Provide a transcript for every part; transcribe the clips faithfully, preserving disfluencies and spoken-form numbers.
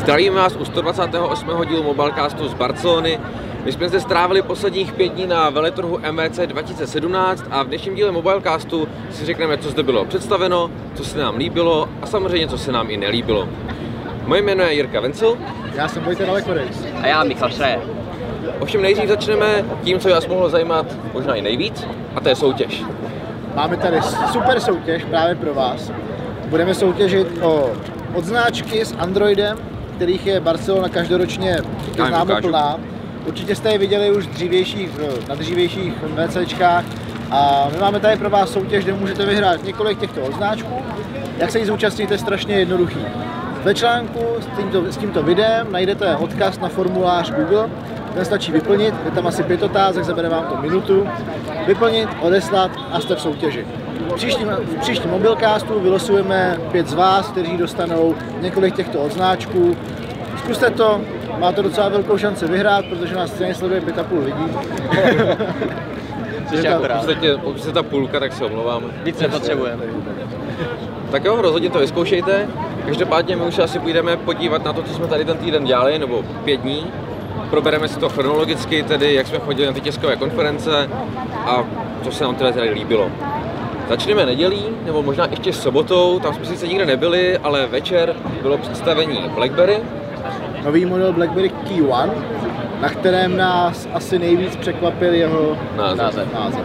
Zdravíme vás u sto dvacátého osmého dílu Mobilecastu z Barcelony. My jsme zde strávili posledních pět dní na veletrhu M W C dva tisíce sedmnáct a v dnešním díle Mobilecastu si řekneme, co zde bylo představeno, co se nám líbilo a samozřejmě, co se nám i nelíbilo. Moje jméno je Jirka Vencel. Já jsem Vojta Dalekorejc. A já Michal Schreier. Ovšem nejdřív začneme tím, co vás mohlo zajímat možná i nejvíc, a to je soutěž. Máme tady super soutěž právě pro vás. Budeme soutěžit o odznáčky s Androidem, kterých je Barcelona každoročně známo plná. Určitě jste je viděli už dřívějších, na dřívějších VCčkách. A my máme tady pro vás soutěž, kde můžete vyhrát několik těchto odznáčků. Jak se jí zúčastníte, je strašně jednoduchý. Ve článku s tímto, s tímto videem najdete odkaz na formulář Google. Ten stačí vyplnit, je tam asi pět otázek, zabere vám to minutu. Vyplnit, odeslat a jste v soutěži. V příštím, v příštím Mobilecastu vylosujeme pět z vás, kteří dostanou několik těchto odznáčků. Zkuste to, máte docela velkou šanci vyhrát, protože nás stejně sleduje pět a půl lidí. Pokud se ta půlka, tak se omlouváme. Víc nepotřebujeme. Tak jo, rozhodně to vyzkoušejte. Každopádně my už asi půjdeme podívat na to, co jsme tady ten týden dělali, nebo pět dní. Probereme si to chronologicky, tedy jak jsme chodili na ty tiskové konference a co se nám teda tady líbilo. Začneme nedělí, nebo možná ještě sobotou, tam jsme sice nikde nebyli, ale večer bylo představení BlackBerry. Nový model BlackBerry Key One, na kterém nás asi nejvíc překvapil jeho název. název.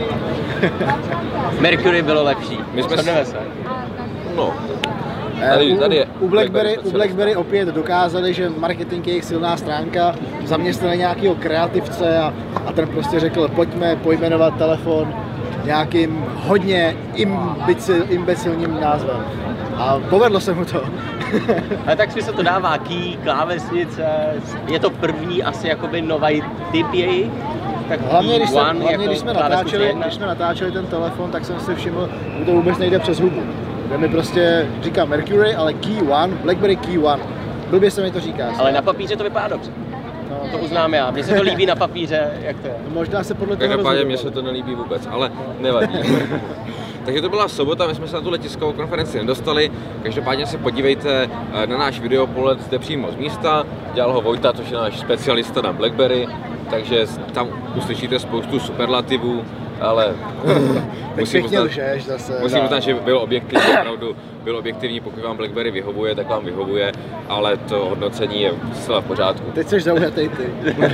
Mercury bylo lepší. My jsme se... s... No. Tady, tady je u, BlackBerry, u BlackBerry opět dokázali, že marketing je jejich silná stránka, zaměstnali nějakého kreativce a, a ten prostě řekl, pojďme pojmenovat telefon nějakým hodně imbecil, imbecilním názvem. A povedlo se mu to. Ale tak smysl to dává, key, klávesnice, je to první asi jakoby nový typ její. Tak hlavně, když, se, hlavně jako když, jsme natáčeli, když jsme natáčeli ten telefon, tak jsem si všiml, že to vůbec nejde přes hubu. Kde mi prostě říká Mercury, ale Key One, BlackBerry Key One. Blbě se mi to říká. Ale na papíře to vypadá dobře. No, to uznám já. Mně se to líbí na papíře, jak to je. No, možná se podle toho Každopádně mně se to nelíbí vůbec, ale nevadí. Takže to byla sobota, my jsme se na tu tiskovou konferenci nedostali. Každopádně se podívejte na náš videopohled zde přímo z místa. Dělal ho Vojta, což je náš specialista na BlackBerry. Takže tam uslyšíte spoustu superlativů, ale musím uznat, musím uznat, že byl objektivní, opravdu byl objektivní, pokud vám BlackBerry vyhovuje, tak vám vyhovuje, ale to hodnocení je zcela v pořádku. Teď jsi zaujatej ty.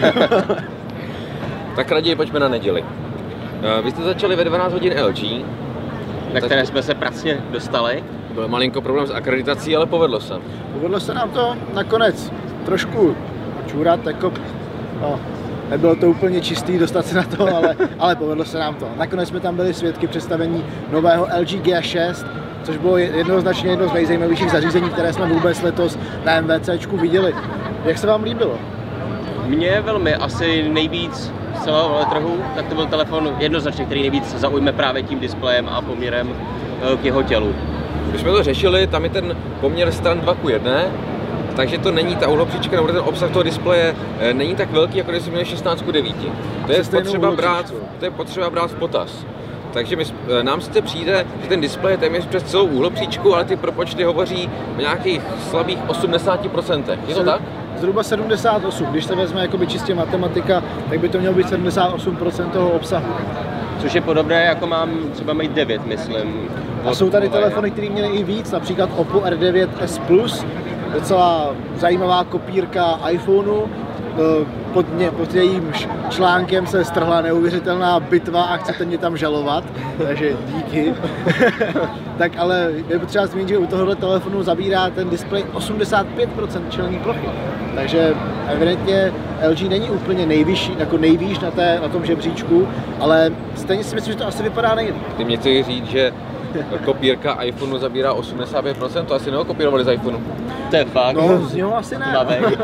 Tak raději pojďme na neděli. Vy jste začali ve dvanáct hodin L G. Na které tak jsme se pracně dostali. Byl malinko problém s akreditací, ale povedlo se. Povedlo se nám to nakonec trošku čůrat, jako, no, nebylo to úplně čistý dostat se na to, ale, ale povedlo se nám to. Nakonec jsme tam byli svědky představení nového L G G šest, což bylo jednoznačně jedno z nejzajímavějších zařízení, které jsme vůbec letos na MWCčku viděli. Jak se vám líbilo? Mně velmi, asi nejvíc z celého veletrhu, tak to byl telefon jednoznačně, který nejvíc zaujme právě tím displejem a poměrem k jeho tělu. Když jsme to řešili, tam je ten poměr stran dva ku jedné, takže to není ta úhlopříčka, nebo ten obsah toho displeje není tak velký, jako když jsme měli šestnáct ku devíti. To je potřeba brát, to je potřeba brát v potaz. Takže my, nám sice přijde, že ten displej je téměř přes celou úhlopříčku, ale ty propočty hovoří o nějakých slabých osmdesáti procentech. Je to tak? Zhruba sedmdesát osm. Když se vezme jakoby čistě matematika, tak by to mělo být sedmdesát osm procent toho obsahu. Což je podobné, jako mám třeba Mate devět, myslím. A jsou tady telefony, které měly i víc, například Oppo R devět S Plus, docela zajímavá kopírka iPhoneu. Pod, mě, pod jejím článkem se strhla neuvěřitelná bitva a chcete mě tam žalovat, takže díky. Tak ale je potřeba zmínit, že u tohohle telefonu zabírá ten displej osmdesát pět procent čelní plochy. Takže evidentně L G není úplně nejvyšší, jako nejvýš na, té, na tom žebříčku, ale stejně si myslím, že to asi vypadá nejlíp. Ty mě chci říct, že kopírka iPhoneu zabírá osmdesát pět procent, to asi neokopírovali z iPhoneu. To je fakt. No, z něho asi ne.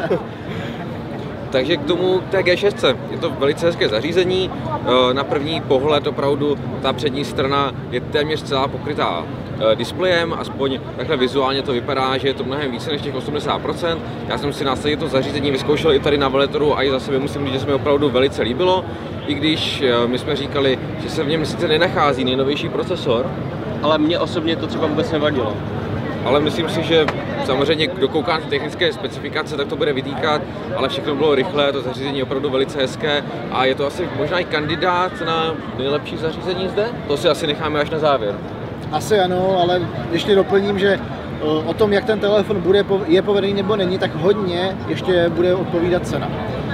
Takže k tomu k té G šest. Je to velice hezké zařízení. Na první pohled opravdu ta přední strana je téměř celá pokrytá displejem, aspoň takhle vizuálně to vypadá, že je to mnohem více než těch osmdesát procent. Já jsem si následně to zařízení vyzkoušel i tady na veletrhu a i za sebe musím říct, že se mi opravdu velice líbilo. I když my jsme říkali, že se v něm sice nenachází nejnovější procesor, ale mně osobně to třeba vůbec nevadilo. ale myslím si, že samozřejmě kdo kouká na technické specifikace, tak to bude vytýkat, ale všechno bylo rychlé, to zařízení je opravdu velice hezké a je to asi možná i kandidát na nejlepší zařízení zde? To si asi necháme až na závěr. Asi ano, ale ještě doplním, že o tom, jak ten telefon bude, je povedený nebo není, tak hodně ještě bude odpovídat cena.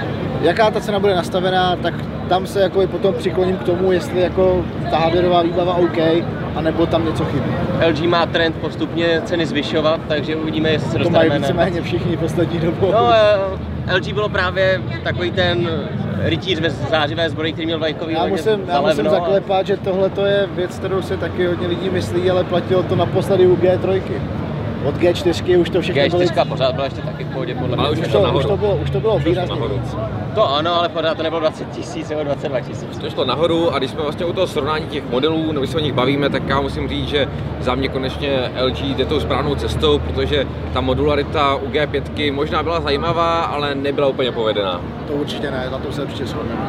Jaká ta cena bude nastavená, tak tam se jako i potom přikloním k tomu, jestli jako ta hardwareová výbava OK, anebo tam něco chybí. L G má trend postupně ceny zvyšovat, takže uvidíme, jestli se dostaneme. To mají víceméně všichni poslední dobou. No, L G bylo právě takový ten rytíř ve zářivé zbroji, který měl vlajkový. Já musím, já musím zaklepat, že tohle je věc, kterou si taky hodně lidí myslí, ale platilo to naposledy u G tři. Od G čtyři už to všechno bylo. G čtyři byly... pořád byla ještě taky v pohodě, podle mě. Ale už, už, to, už, to bylo, už to bylo výrazně víc. To ano, ale pořád to nebylo dvacet tisíc nebo dvacet dva tisíc. To šlo nahoru a když jsme vlastně u toho srovnání těch modelů, nebo se o nich bavíme, tak já musím říct, že za mě konečně L G jde tou správnou cestou, protože ta modularita u G pět možná byla zajímavá, ale nebyla úplně povedená. To určitě ne, na tom se určitě shodneme.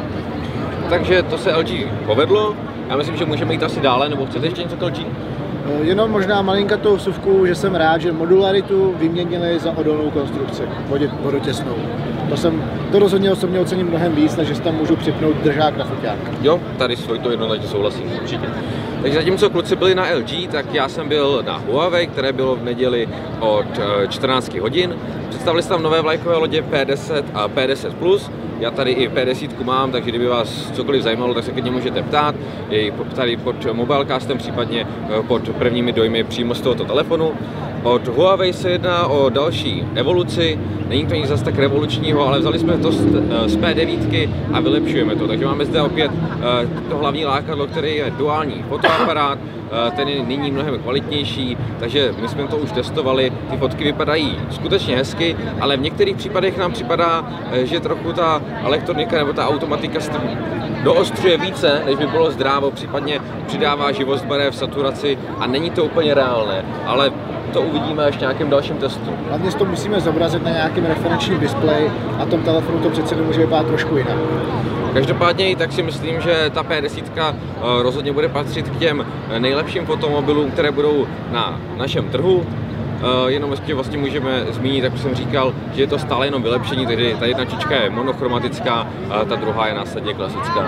Takže to se L G povedlo. Já myslím, že můžeme jít asi dále, nebo chcete ještě něco k L G? Jenom možná malinkatou vsuvku, že jsem rád, že modularitu vyměnili za odolnou konstrukci, vodotěsnou. To, jsem, to rozhodně osobně ocením mnohem víc, než že tam můžu připnout držák na foťák. Jo, tady s to jednoznačně souhlasím, určitě. Takže zatímco kluci byli na L G, tak já jsem byl na Huawei, které bylo v neděli od čtrnáct hodin. Představili se tam nové vlajkové lodě P deset a P deset plus. Já tady i P deset mám, takže kdyby vás cokoliv zajímalo, tak se klidně můžete ptát. Je tady pod Mobilecastem, případně pod prvními dojmy přímo z tohoto telefonu. Od Huawei se jedná o další evoluci, není to nic zase tak revolučního, ale vzali jsme to z P devět a vylepšujeme to. Takže máme zde opět to hlavní lákadlo, který je duální fotoaparát, ten je nyní mnohem kvalitnější, takže my jsme to už testovali, ty fotky vypadají skutečně hezky, ale v některých případech nám připadá, že trochu ta elektronika nebo ta automatika doostřuje více, než by bylo zdrávo, případně přidává živost barev, saturaci a není to úplně reálné, ale to uvidíme až v nějakém dalším testu. Hlavně to musíme zobrazit na nějakém referenčním displeji a tom telefonu to přece nemůže vypadat trošku jinak. Každopádně i tak si myslím, že ta P deset rozhodně bude patřit k těm nejlepším fotomobilům, které budou na našem trhu. Jenom vlastně, vlastně můžeme zmínit, jak jsem říkal, že je to stále jenom vylepšení, tedy ta jedna čička je monochromatická, a ta druhá je následně klasická.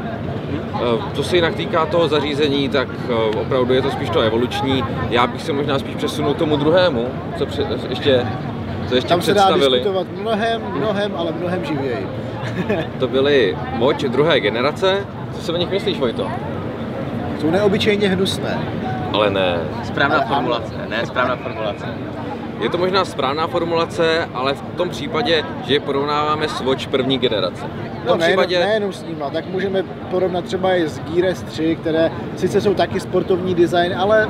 Co se jinak týká toho zařízení, tak opravdu je to spíš to evoluční. Já bych se možná spíš přesunul k tomu druhému, co před, ještě, co ještě tam představili. Tam se dá diskutovat mnohem, mnohem, ale mnohem živěji. To byly Watch druhé generace. Co si o nich myslíš, Vojto? Jsou neobyčejně hnusné. Ale ne. Správná ale formulace, ano. ne správná formulace. Je to možná správná formulace, ale v tom případě, že je porovnáváme s Watch první generace. V tom no, případě... nejenom, nejenom s nima, tak můžeme porovnat třeba i s Gear S tři, které sice jsou taky sportovní design, ale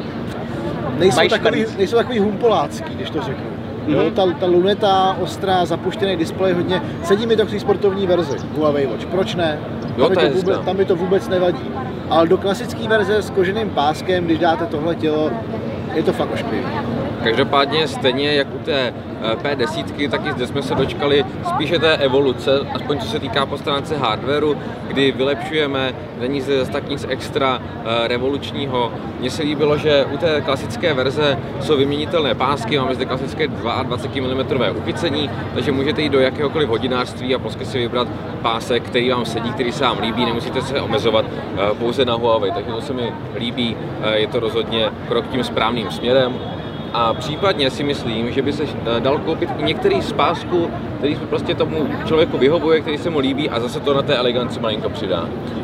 nejsou takový, nejsou takový humpolácký, když to řeknu. Mm-hmm. Jo, ta, ta luneta, ostrá, zapuštěný displej hodně, sedí mi to k té sportovní verzi Huawei Watch, proč ne? Jo, tam, to mi to vůbec, tam mi to vůbec nevadí. Ale do klasické verze s koženým páskem, když dáte tohle tělo, je to fakt ošklivý. Každopádně stejně jak u té P deset, taky zde jsme se dočkali spíše té evoluce, aspoň co se týká po stránce hardwareu, kdy vylepšujeme, není zde zase tak nic extra revolučního. Mně se líbilo, že u té klasické verze jsou vyměnitelné pásky, máme zde klasické dvacet dva milimetrů uchycení, takže můžete jít do jakéhokoliv hodinářství a prostě si vybrat pásek, který vám sedí, který se vám líbí, nemusíte se omezovat pouze na Huawei, takže to se mi líbí, je to rozhodně krok tím správným směrem. A případně si myslím, že by se dal koupit i některý z pásků, který prostě tomu člověku vyhovuje, který se mu líbí a zase to na té eleganci malinko přidá.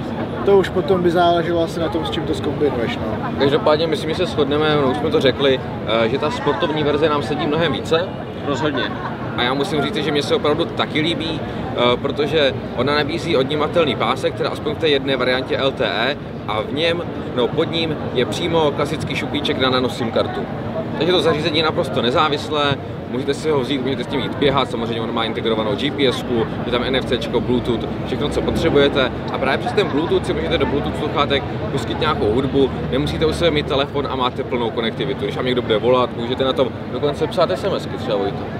To už potom by záleželo asi na tom, s čím to zkombinuješ. No. Každopádně myslím, že se shodneme, no už jsme to řekli, že ta sportovní verze nám sedí mnohem více. Rozhodně. A já musím říct, že mě se opravdu taky líbí, protože ona nabízí odnímatelný pásek, teda aspoň v té jedné variantě L T E, a v něm, no pod ním je přímo klasický šuplíček na nano SIM kartu. Takže to zařízení je naprosto nezávislé, můžete si ho vzít, můžete s tím jít běhat, samozřejmě on má integrovanou GPSku, je tam N F C, Bluetooth, všechno, co potřebujete. A právě přes ten Bluetooth si můžete do Bluetooth sluchátek pustit nějakou hudbu, nemusíte u sebe mít telefon a máte plnou konektivitu. Když vám někdo bude volat, můžete na tom dokonce psát SMSky třeba, Vojto.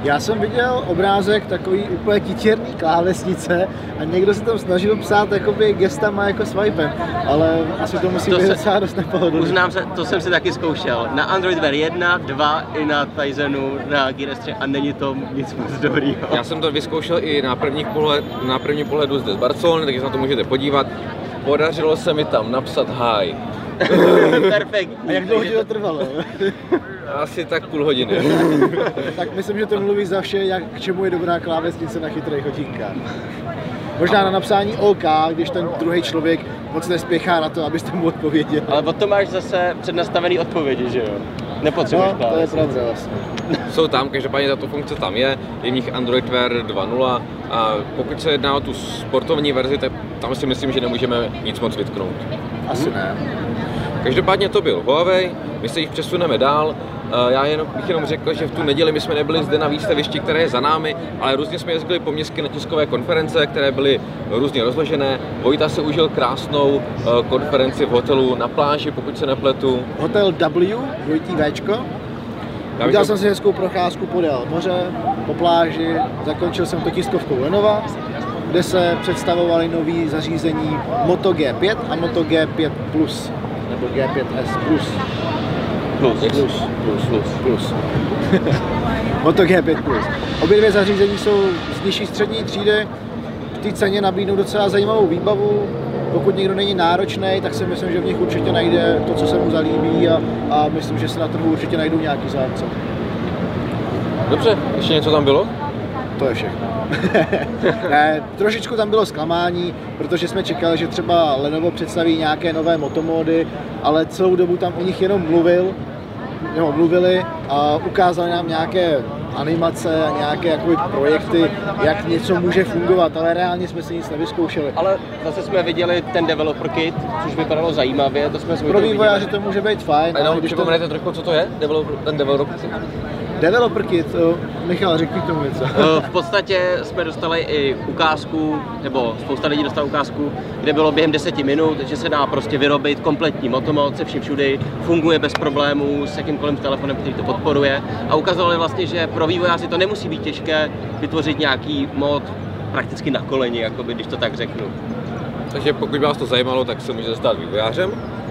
Já jsem viděl obrázek takový úplně titěrný klávesnice a někdo se tam snažil psát jakoby gestama jako swipem, ale asi to musí To být se- docela dost nepohodlný. Uznám se, to jsem si taky zkoušel. Na Android Wear jedna, dva i na Tizenu, na Gear S tři a není to nic moc dobrýho. Já jsem to vyzkoušel i na první pohled, na první pohledu zde z Barcelony, takže se na to můžete podívat. Podařilo se mi tam napsat hi. Perfektní. A jak dlouho ti to trvalo? Asi tak půl hodiny. Tak myslím, že to mluví za vše, jak, k čemu je dobrá klávesnice na chytrých hodínkách. Možná na napsání OK, když ten druhý člověk moc nespěchá na to, abyste mu odpověděli. Ale o to máš zase přednastavený odpovědi, že jo? Nepotřebuješ No, to je klávesnici. pravda vlastně. Jsou tam, každopádně tato funkce tam je, je v nich Android Wear dva tečka nula a pokud se jedná o tu sportovní verzi, tak tam si myslím, že nemůžeme nic moc vytknout. Asi ne. Každopádně to byl Huawei, my se jich přesuneme dál. Já jenom, bych jenom řekl, že v tu neděli my jsme nebyli zde na výstavišti, které je za námi, ale různě jsme jezdili po městské na tiskové konference, které byly různě rozložené. Vojta si užil krásnou konferenci v hotelu na pláži, pokud se nepletu. Hotel W, dvojitý Včko. Já bych Udělal to- jsem si hezkou procházku podél moře, po pláži, zakončil jsem to tiskovkou Lenova, kde se představovaly nový zařízení Moto G pět a Moto G pět Plus, nebo G pět S Plus. Plus. Plus, plus, plus, plus. Moto G pět Plus. Obě dvě zařízení jsou z nižší střední třídy, v té ceně nabídnou docela zajímavou výbavu. Pokud někdo není náročný, tak si myslím, že v nich určitě najde to, co se mu zalíbí a, a myslím, že se na trhu určitě najdou nějaký zájemce. Dobře, ještě něco tam bylo? To je všechno. Ne, trošičku tam bylo zklamání, protože jsme čekali, že třeba Lenovo představí nějaké nové motomódy, ale celou dobu tam o nich jenom mluvil, nebo mluvili a ukázali nám nějaké animace a nějaké jakoby projekty, jak něco může fungovat, ale reálně jsme si nic nevyzkoušeli. Ale zase jsme viděli ten developer kit, což vypadalo zajímavě, to jsme s Pro Vojtou vývojáře to může být fajn, A ale jenom když to... připomenete trochu, co to je? Developer, ten developer? Developer kit, o, Michal, řekni k tomu něco. Eh, V podstatě jsme dostali i ukázku, nebo spousta lidí dostala ukázku, kde bylo během deseti minut, že se dá prostě vyrobit kompletní motomod se vším všudy, funguje bez problémů s jakýmkoliv telefonem, který to podporuje a ukazovali vlastně, že pro vývojáři to nemusí být těžké vytvořit nějaký mod prakticky na koleni, jakoby, když to tak řeknu. Takže pokud by vás to zajímalo, tak se můžete stát vývojářem.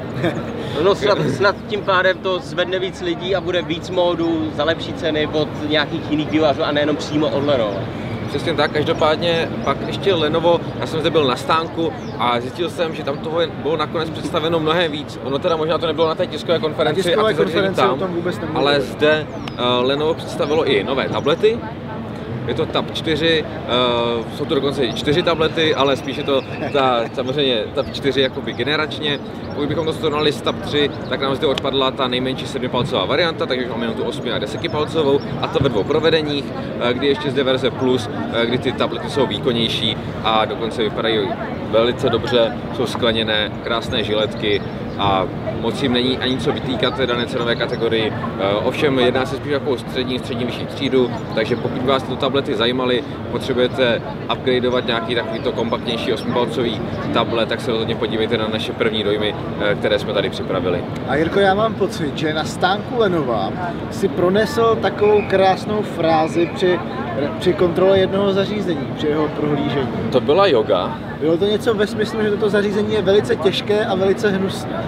No snad, snad tím pádem to zvedne víc lidí a bude víc módů za lepší ceny od nějakých jiných vývojářů a nejenom přímo od Lenovo. Přesně tak, každopádně pak ještě Lenovo, já jsem zde byl na stánku a zjistil jsem, že tam toho bylo nakonec představeno mnohem víc. Ono teda možná to nebylo na té tiskové konferenci Na tiskové a ty zařízení konferenci tam, o tom vůbec nemluvili. ale zde uh, Lenovo představilo i nové tablety. Je to Tab čtyři, uh, jsou to dokonce i čtyři tablety, ale spíš je to ta, samozřejmě Tab čtyři jakoby generačně. Pokud bychom to srovnali s Tab tři, tak nám zde odpadla ta nejmenší sedmipalcová varianta, takže máme jenom tu osmi a desetipalcovou, a to ve dvou provedeních, uh, kdy ještě zde verze Plus, uh, kdy ty tablety jsou výkonnější a dokonce vypadají velice dobře, jsou skleněné, krásné žiletky a moc jim není ani co vytýkat té dané cenové kategorii. Ovšem jedná se spíš jako střední, střední vyšší třídu, takže pokud vás tyto tablety zajímaly, potřebujete upgradeovat nějaký takovýto kompaktnější osmipalcový tablet, tak se rozhodně podívejte na naše první dojmy, které jsme tady připravili. A Jirko, já mám pocit, že na stánku Lenova si pronesl takovou krásnou frázi při, při kontrole jednoho zařízení, při jeho prohlížení. To byla yoga. Bylo to něco ve smyslu, že toto zařízení je velice těžké a velice hnusné.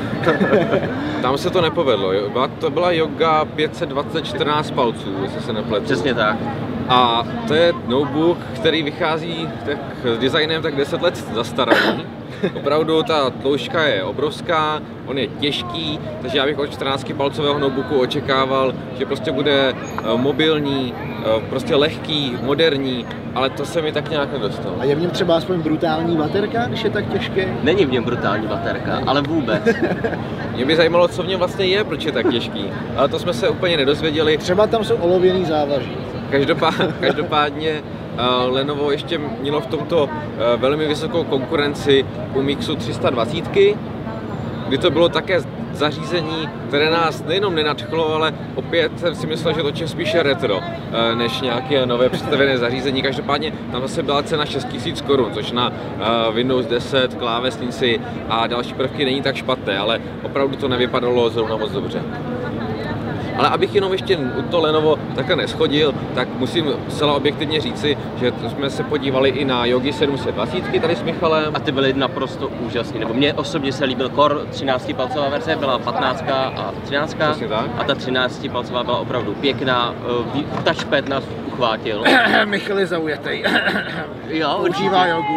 Tam se to nepovedlo. Byla- To byla yoga pět set dvacet čtrnáct palců, jestli se nepletu. Přesně tak. A to je notebook, který vychází tak s designem tak deset let zastaralý. Opravdu ta tloušťka je obrovská, on je těžký, takže já bych od čtrnáctipalcového notebooku očekával, že prostě bude mobilní, prostě lehký, moderní, ale to se mi tak nějak nedostalo. A je v něm třeba aspoň brutální baterka, když je tak těžký? Není v něm brutální baterka, ale vůbec. Mě by zajímalo, co v něm vlastně je, proč je tak těžký, ale to jsme se úplně nedozvěděli. Třeba tam jsou olověný závaží. Každopádně, každopádně uh, Lenovo ještě mělo v tomto uh, velmi vysokou konkurenci u Mixu tři sta dvacet, kdy to bylo také zařízení, které nás nejenom nenadchlo, ale opět jsem si myslel, že to je spíše retro, uh, než nějaké nové představené zařízení. Každopádně tam zase byla cena šest tisíc korun, což na uh, Windows deset, klávesnici a další prvky není tak špatné, ale opravdu to nevypadalo zrovna moc dobře. Ale abych jenom ještě to Lenovo takhle neschodil, tak musím zcela objektivně říci, že jsme se podívali i na Yogi sedm set dvacet tady s Michalem. A ty byly naprosto úžasný, nebo mně osobně se líbil Core třináctipalcová verze, byla patnáctka a třináctka a ta třináctipalcová byla opravdu pěkná, touchpad nás uchvátil. Michal je zaujatý. Jo, používá jogu.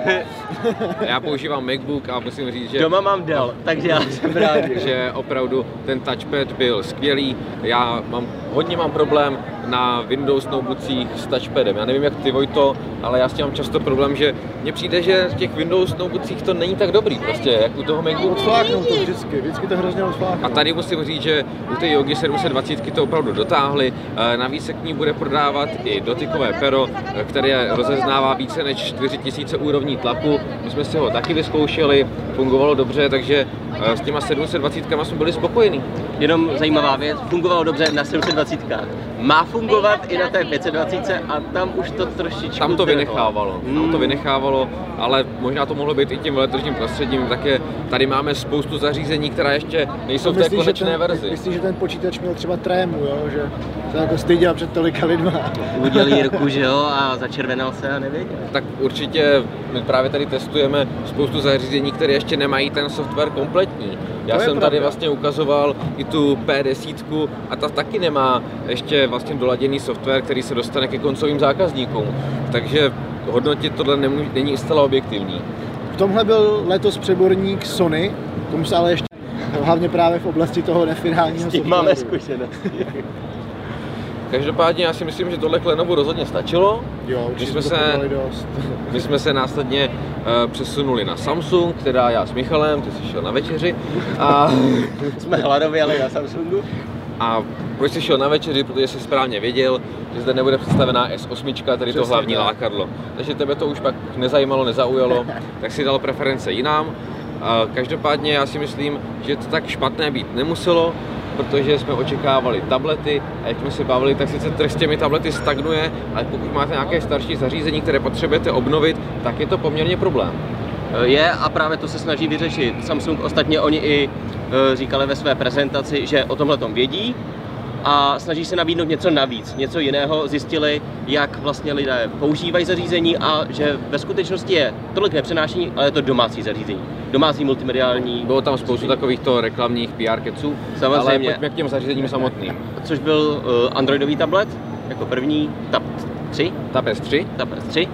Já používám MacBook a musím říct, že... Doma mám Dell, takže já jsem rád. Že opravdu ten touchpad byl skvělý. Já mám, hodně mám problém na Windows notebookcích s touchpadem. Já nevím jak ty, Vojto, ale já s tím mám často problém, že mně přijde, že v těch Windows notebookcích to není tak dobrý, prostě jak u toho MacBooku. Odfláknou to vždycky, vždycky to hrozně odfláknou. A tady musím říct, že u té Yogi sedm set dvacet to opravdu dotáhli. Navíc se k ní bude prodávat i dotykové pero, které rozeznává více než čtyři tisíce úrovní tlaku. My jsme si ho taky vyzkoušeli, fungovalo dobře, takže s těma sedm set dvacet jsme byli spokojení. Jenom zajímavá věc, fungovalo dobře na sedm set dvacet. Má fungovat i na té pět set dvacet a tam už to trošičku... Tam to vynechávalo, hmm. tam to vynechávalo, ale možná to mohlo být i tím veletržním prostředím, také tady máme spoustu zařízení, která ještě nejsou v té konečné ten, verzi. Myslíš, že ten počítač měl třeba trému, jo? Že se jako styděl před tolika lidma? Udělal Jirku, že jo, a začervenal se a nevěděl. Tak určitě my právě tady testujeme spoustu zařízení, které ještě nemají ten software kompletní. Já jsem tady vlastně ukazoval i tu P deset a ta taky nemá ještě vlastně doladěný software, který se dostane ke koncovým zákazníkům. Takže hodnotit tohle nemůže, není zcela objektivní. V tomhle byl letos přeborník Sony, tomu se ale ještě hlavně právě v oblasti toho nefinálního softwaru. Máme zkušenosti. Každopádně já si myslím, že tohle k Lenovu rozhodně stačilo. Jo, my jsme, se, my jsme se následně uh, přesunuli na Samsung, teda já s Michalem, ty jsi šel na večeři. A jsme hladověli na Samsungu. A proč jsi šel na večeři? Protože jsi správně věděl, že zde nebude představená S osm, tedy to hlavní tak. lákadlo. Takže tebe to už pak nezajímalo, nezaujalo, tak si dal preference jinám. A každopádně já si myslím, že to tak špatné být nemuselo, protože jsme očekávali tablety a jak jsme se bavili, tak sice trh s těmi tablety stagnuje, ale pokud máte nějaké starší zařízení, které potřebujete obnovit, tak je to poměrně problém. Je a právě to se snaží vyřešit. Samsung ostatně oni i e, říkali ve své prezentaci, že o tomhletom vědí a snaží se nabídnout něco navíc, něco jiného. Zjistili, jak vlastně lidé používají zařízení a že ve skutečnosti je tolik nepřenášení, ale je to domácí zařízení. Domácí multimediální. Bylo tam spoustu takovýchto reklamních P R keců, ale pojďme k těm zařízením samotným. Což byl uh, androidový tablet, jako první, Tab tři. Tab S tři. Tab S tři,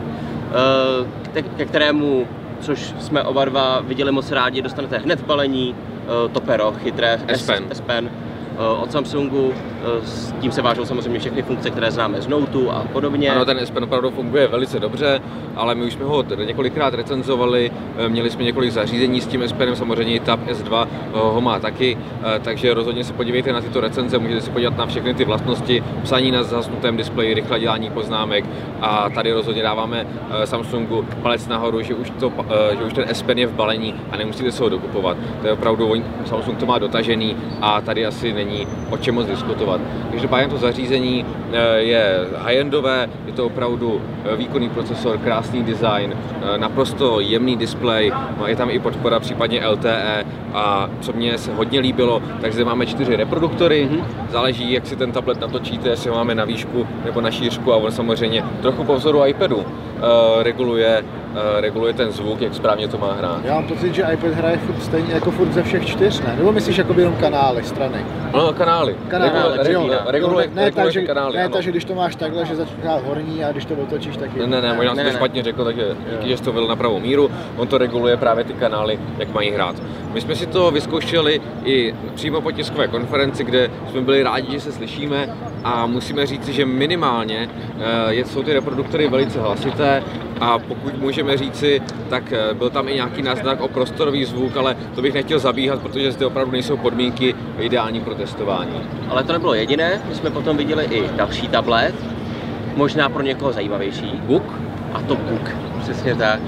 uh, ke kterému, což jsme oba dva viděli moc rádi, dostanete hned balení, uh, to pero, chytré S Pen. S Pen. Od Samsungu, s tím se vážou samozřejmě všechny funkce, které známe z Noteu a podobně. Ano, ten S Pen opravdu funguje velice dobře, ale my už jsme ho několikrát recenzovali, měli jsme několik zařízení s tím S Penem, samozřejmě i Tab S dva ho má taky, takže rozhodně se podívejte na tyto recenze, můžete se podívat na všechny ty vlastnosti, psaní na zhasnutém displeji, rychle dělání poznámek a tady rozhodně dáváme Samsungu palec nahoru, že už, to, že už ten S Pen je v balení a nemusíte se ho dokupovat. To je opravdu, Samsung to má dotažený a tady asi není o čem moc diskutovat. Každopádně to zařízení je high-endové, je to opravdu výkonný procesor, krásný design, naprosto jemný displej, je tam i podpora případně L T E a co mně se hodně líbilo, tak zde máme čtyři reproduktory, mm-hmm. záleží jak si ten tablet natočíte, jestli ho máme na výšku nebo na šířku a on samozřejmě trochu po vzoru iPadu uh, reguluje Uh, reguluje ten zvuk, jak správně to má hrát. Já mám pocit, že iPad hraje furt stejně jako furt ze všech čtyř, ne? Nebo myslíš jakoby jenom kanály, strany? No, kanály. Kanály, reguluje, reguluje, reguluje, ne, reguluje takže, kanály, ne, ano. takže když to máš takhle, že začíná horní a když to otočíš, tak Ne, ne, ne, možná jsem to špatně řekl, takže díky, že jsi to byl na pravou míru. On to reguluje právě ty kanály, jak mají hrát. My jsme si to vyzkoušeli i přímo po tiskové konferenci, kde jsme byli rádi, že se slyšíme a musíme říci, že minimálně uh, jsou ty reproduktory velice hlasité a pokud můžeme říci, tak byl tam i nějaký náznak o prostorový zvuk, ale to bych nechtěl zabíhat, protože zde opravdu nejsou podmínky ideální pro testování. Ale to nebylo jediné, my jsme potom viděli i další tablet, možná pro někoho zajímavější. Book? A to Book, přesně tak,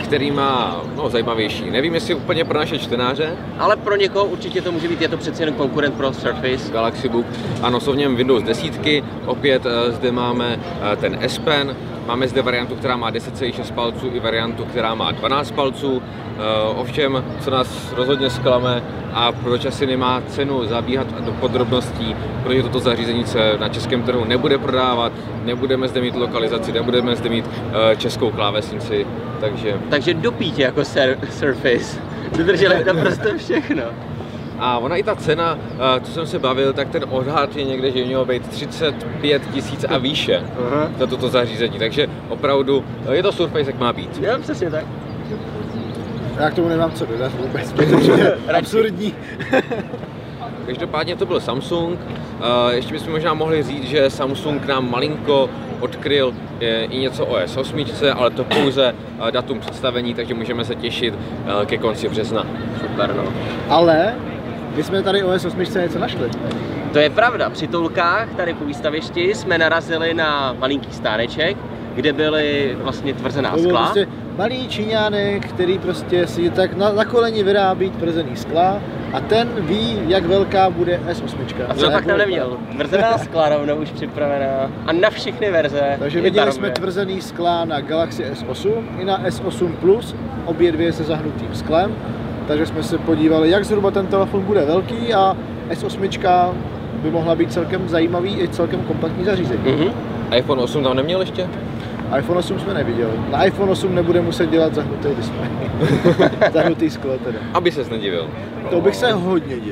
který má no, zajímavější. Nevím, jestli úplně pro naše čtenáře. Ale pro někoho určitě to může být, je to přeci jen konkurent pro Surface. Galaxy Book. Ano, jsou v něm Windows deset. Opět zde máme ten S Pen. Máme zde variantu, která má deset celá šest palců i variantu, která má dvanáct palců. Ovšem, co nás rozhodně zklame a proč asi nemá cenu zabíhat do podrobností, protože toto zařízení se na českém trhu nebude prodávat, nebudeme zde mít lokalizaci, nebudeme zde mít českou klávesnici, takže... Takže dopítě jako sur Surface. Dodrželi naprosto všechno. A ona i ta cena, co jsem se bavil, tak ten odhad je někde, že mělo být třicet pět tisíc a výše uh-huh. za toto zařízení, takže opravdu je to Surface, jak má být. Jo, přesně tak. Já k tomu nemám co dodat vůbec, protože je absurdní. Každopádně to byl Samsung. Ještě bychom možná mohli říct, že Samsung nám malinko odkryl i něco o S osm, ale to pouze datum představení, takže můžeme se těšit ke konci března. Super, no. Ale my jsme tady o S osm něco našli. To je pravda. Při Toulkách tady po výstavišti jsme narazili na malinký stáneček, kde byly vlastně tvrzená to skla. Prostě malý Číňánek, který prostě si tak na, na koleni vyrábí tvrzený skla a ten ví, jak velká bude S osm. A co pak tam neměl? Tvrzená skla rovnou už připravená a na všechny verze. Takže viděli jsme tvrzený skla na Galaxy S osm i na S osm Plus, obě dvě se zahnutým sklem. Takže jsme se podívali, jak zhruba ten telefon bude velký a S osm by mohla být celkem zajímavý i celkem kompaktní zařízení. Mm-hmm. iPhone osm tam neměl ještě? iPhone osm jsme neviděli. Na iPhone osm nebude muset dělat zahnutý displej. Zahnutý sklo teda. Aby ses nedivil. To bych se hodně divil.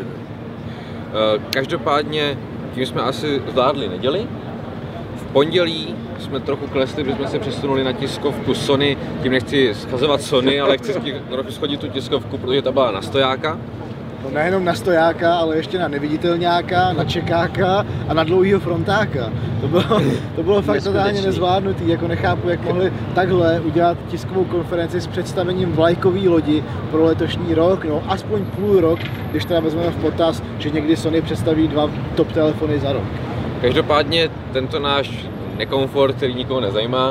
Každopádně tím jsme asi zvládli neděli. V pondělí jsme trochu klesli, protože jsme se přesunuli na tiskovku Sony. Tím nechci schazovat Sony, ale chci trochu schodit tu tiskovku, protože ta byla na stojáka. No nejenom na stojáka, ale ještě na neviditelňáka, na čekáka a na dlouhýho frontáka. To bylo, to bylo fakt totálně nezvládnutý, jako nechápu, jak mohli takhle udělat tiskovou konferenci s představením vlajkový lodi pro letošní rok, no aspoň půl rok, když teda vezmeme v potaz, že někdy Sony představí dva top telefony za rok. Každopádně tento náš nekomfort, který nikoho nezajímá,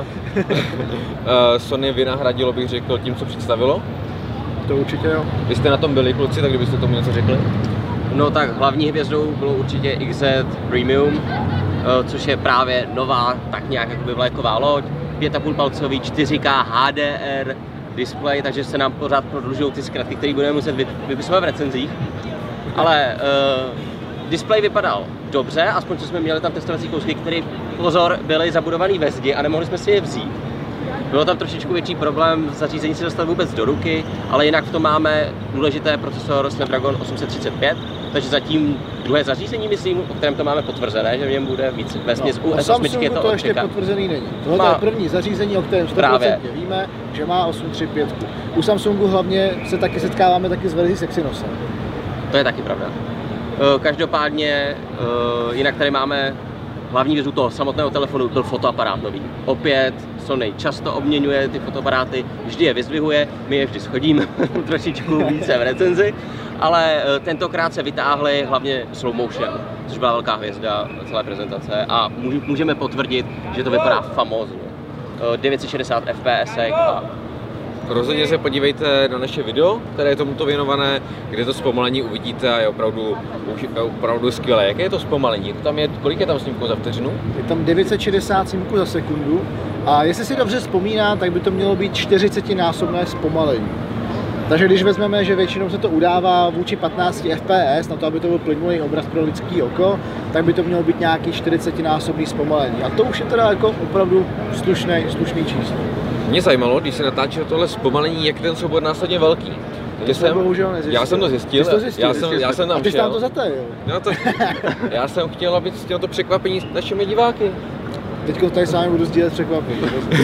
Sony vynahradilo, bych řekl, tím, co představilo. To určitě jo. Vy jste na tom byli, kluci, tak kdybyste tomu něco řekli? No tak hlavní hvězdou bylo určitě X Z Premium, což je právě nová, tak nějak jakoby vlajková loď, pět a půl palcový čtyři K H D R display, takže se nám pořád prodlužují ty zkratky, které budeme muset vypisovat v recenzích. Ale uh, display vypadal dobře, aspoň co jsme měli tam testovací kousky, které, pozor, byly zabudované ve zdi a nemohli jsme si je vzít. Bylo tam trošičku větší problém zařízení si dostat vůbec do ruky, ale jinak v tom máme důležité procesor Snapdragon osm set třicet pět, takže zatím druhé zařízení, myslím, o kterém to máme potvrzené, že v něm bude víc vesměs. No, u S osm je to, to ještě potvrzený není. Tohle má... je první zařízení, o kterém sto procent víme, že má osm set třicet pět. U Samsungu hlavně se taky setkáváme taky s verzí s Exynosem. To je taky pravda. Každopádně, jinak tady máme hlavní věc u toho samotného telefonu, byl fotoaparát nový. Opět Sony často obměňuje ty fotoaparáty, vždy je vyzdvihuje, my je vždy schodíme trošičku více v recenzi, ale tentokrát se vytáhli hlavně slow motion, což byla velká hvězda celé prezentace a můžeme potvrdit, že to vypadá famózně. devět set šedesát F P S a rozhodně se podívejte na naše video, které je tomuto věnované, kde to zpomalení uvidíte a je opravdu, opravdu skvělé. Jaké je to zpomalení? Tam je, kolik je tam snímků za vteřinu? Je tam devět set šedesát snímků za sekundu a jestli si dobře vzpomínám, tak by to mělo být čtyřicetinásobné zpomalení. Takže když vezmeme, že většinou se to udává vůči patnácti F P S, na to, aby to byl plynulý obraz pro lidský oko, tak by to mělo být nějaký čtyřicetinásobný zpomalení. A to už je teda jako opravdu slušný, slušný číslo. Mě zajímalo, když se natáčelo tohle zpomalení, jak ten soubor následně velký. To jsem, bohužel nezjistil. Já jsem to zjistil. Ty to zjistil. Já jsem, já jsem tam a ty jsi šel. tam to zatajil. No to, já jsem chtěl, aby chtěl to překvapení s našimi diváky. Teďko tady s vámi budu sdílet překvapení.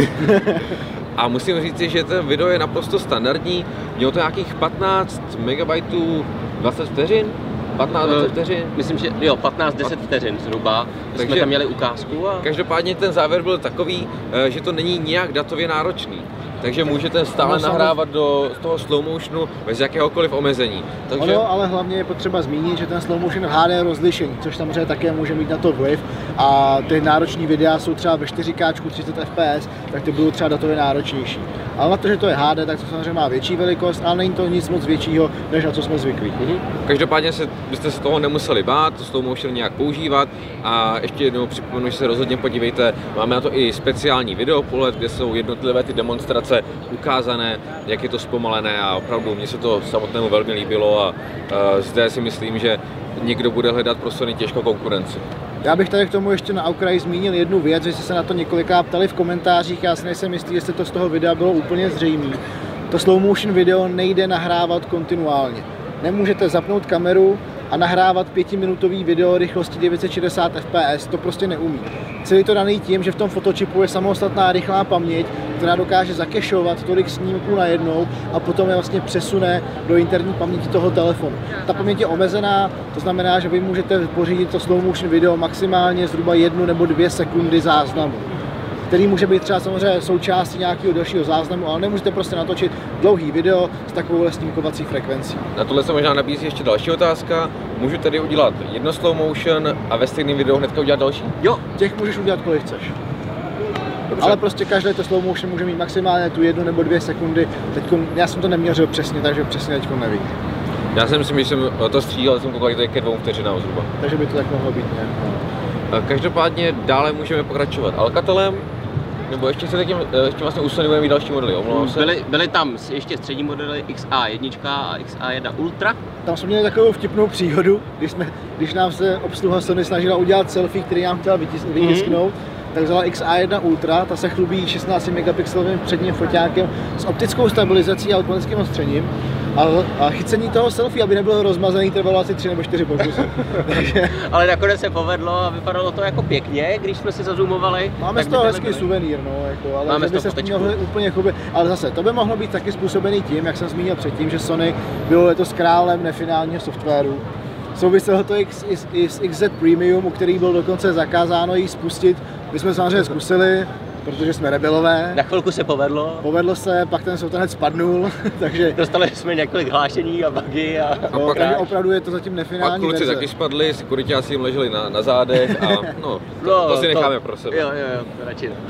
A musím říct, že ten video je naprosto standardní. Mělo to nějakých patnáct megabajtů, dvacet vteřin. patnáct dvacet vteřin? Myslím, že jo, patnáct deset vteřin zhruba. Takže jsme tam měli ukázku. A... Každopádně ten závěr byl takový, že to není nijak datově náročný. takže můžete stále No, nahrávat do toho slow motionu bez jakéhokoliv omezení. Takže... Ono, ale hlavně je potřeba zmínit, že ten slow motion H D rozlišení, což samozřejmě také může mít na to vliv. A ty náročné videa jsou třeba ve čtyři ká třicet F P S, tak ty budou třeba datově náročnější. Ale na to, že to je H D, tak to samozřejmě má větší velikost, ale není to nic moc většího, než na co jsme zvyklí. Mm-hmm. Každopádně se, byste se toho nemuseli bát, to slow motion nějak používat a ještě jednou připomenu, že se rozhodně podívejte, máme na to i speciální videopohled, kde jsou jednotlivé ty demonstrace ukázané, jak je to zpomalené a opravdu mně se to samotnému velmi líbilo a uh, zde si myslím, že někdo bude hledat pro Sony těžko konkurenci. Já bych tady k tomu ještě na okraji zmínil jednu věc, že jste se na to několikrát ptali v komentářích, já si nejsem jistý, jestli to z toho videa bylo úplně zřejmé. To slow motion video nejde nahrávat kontinuálně. Nemůžete zapnout kameru a nahrávat pětiminutový video rychlosti devět set šedesát F P S, to prostě neumí. Celý to daný tím, že v tom fotočipu je samostatná rychlá paměť, která dokáže zakešovat tolik snímků najednou a potom je vlastně přesune do interní paměti toho telefonu. Ta paměť je omezená, to znamená, že vy můžete pořídit to slow motion video maximálně zhruba jednu nebo dvě sekundy záznamu, který může být třeba samozřejmě součástí nějakého dalšího záznamu, ale nemůžete prostě natočit dlouhý video s takovou snímkovací frekvencí. Na tohle se možná nabízí ještě další otázka. Můžu tady udělat jedno slow motion a ve stejném videu hnedka udělat další? Jo, těch můžeš udělat kolik chceš. Dobře. Ale prostě každé to slow motion může mít maximálně tu jednu nebo dvě sekundy. Teďko, já jsem to neměřil přesně, takže přesně teďko nevím. Já si myslím, že jsem to střílel, jsem koukal ke dvou vteřinám zhruba. Takže by to tak mohlo být nějak. Každopádně dále můžeme pokračovat Alcatelem, nebo ještě se takým, ještě vlastně u Sony budeme mít další modely, omlouvám se. Byly, byly tam ještě střední modely X A jedna a X A jedna Ultra. Tam jsme měli takovou vtipnou příhodu, když, jsme, když nám se obsluha Sony snažila udělat selfie, který nám chtěla vytisknout, mm-hmm. tak vzala X A jedna Ultra, ta se chlubí šestnáct megapixelovým předním foťákem s optickou stabilizací a elektronickým ostřením. A, a chycení toho selfie, aby nebylo rozmazaný, trvalo asi tři nebo čtyři pokusy. Ale nakonec se povedlo a vypadalo to jako pěkně, když jsme si zazoomovali. Máme z toho hezký byli. suvenýr, no, jako, ale Máme že by se s tím mohli úplně chubit. Ale zase, to by mohlo být taky způsobený tím, jak jsem zmínil předtím, že Sony bylo letos králem nefinálního softwaru. Souviselo to i, i, i s X Z Premium, u kterých bylo dokonce zakázáno jí spustit. My jsme samozřejmě zkusili, protože jsme rebelové. Na chvilku se povedlo. Povedlo se, pak ten software spadnul, takže... Dostali jsme několik hlášení a bugy a... a no, pak, takže opravdu je to zatím nefinální Pak kluci verze. taky spadli, sekuritáci jim leželi na, na zádech a no, to, no, to si necháme to, pro sebe. Jo, jo, jo, radši ne.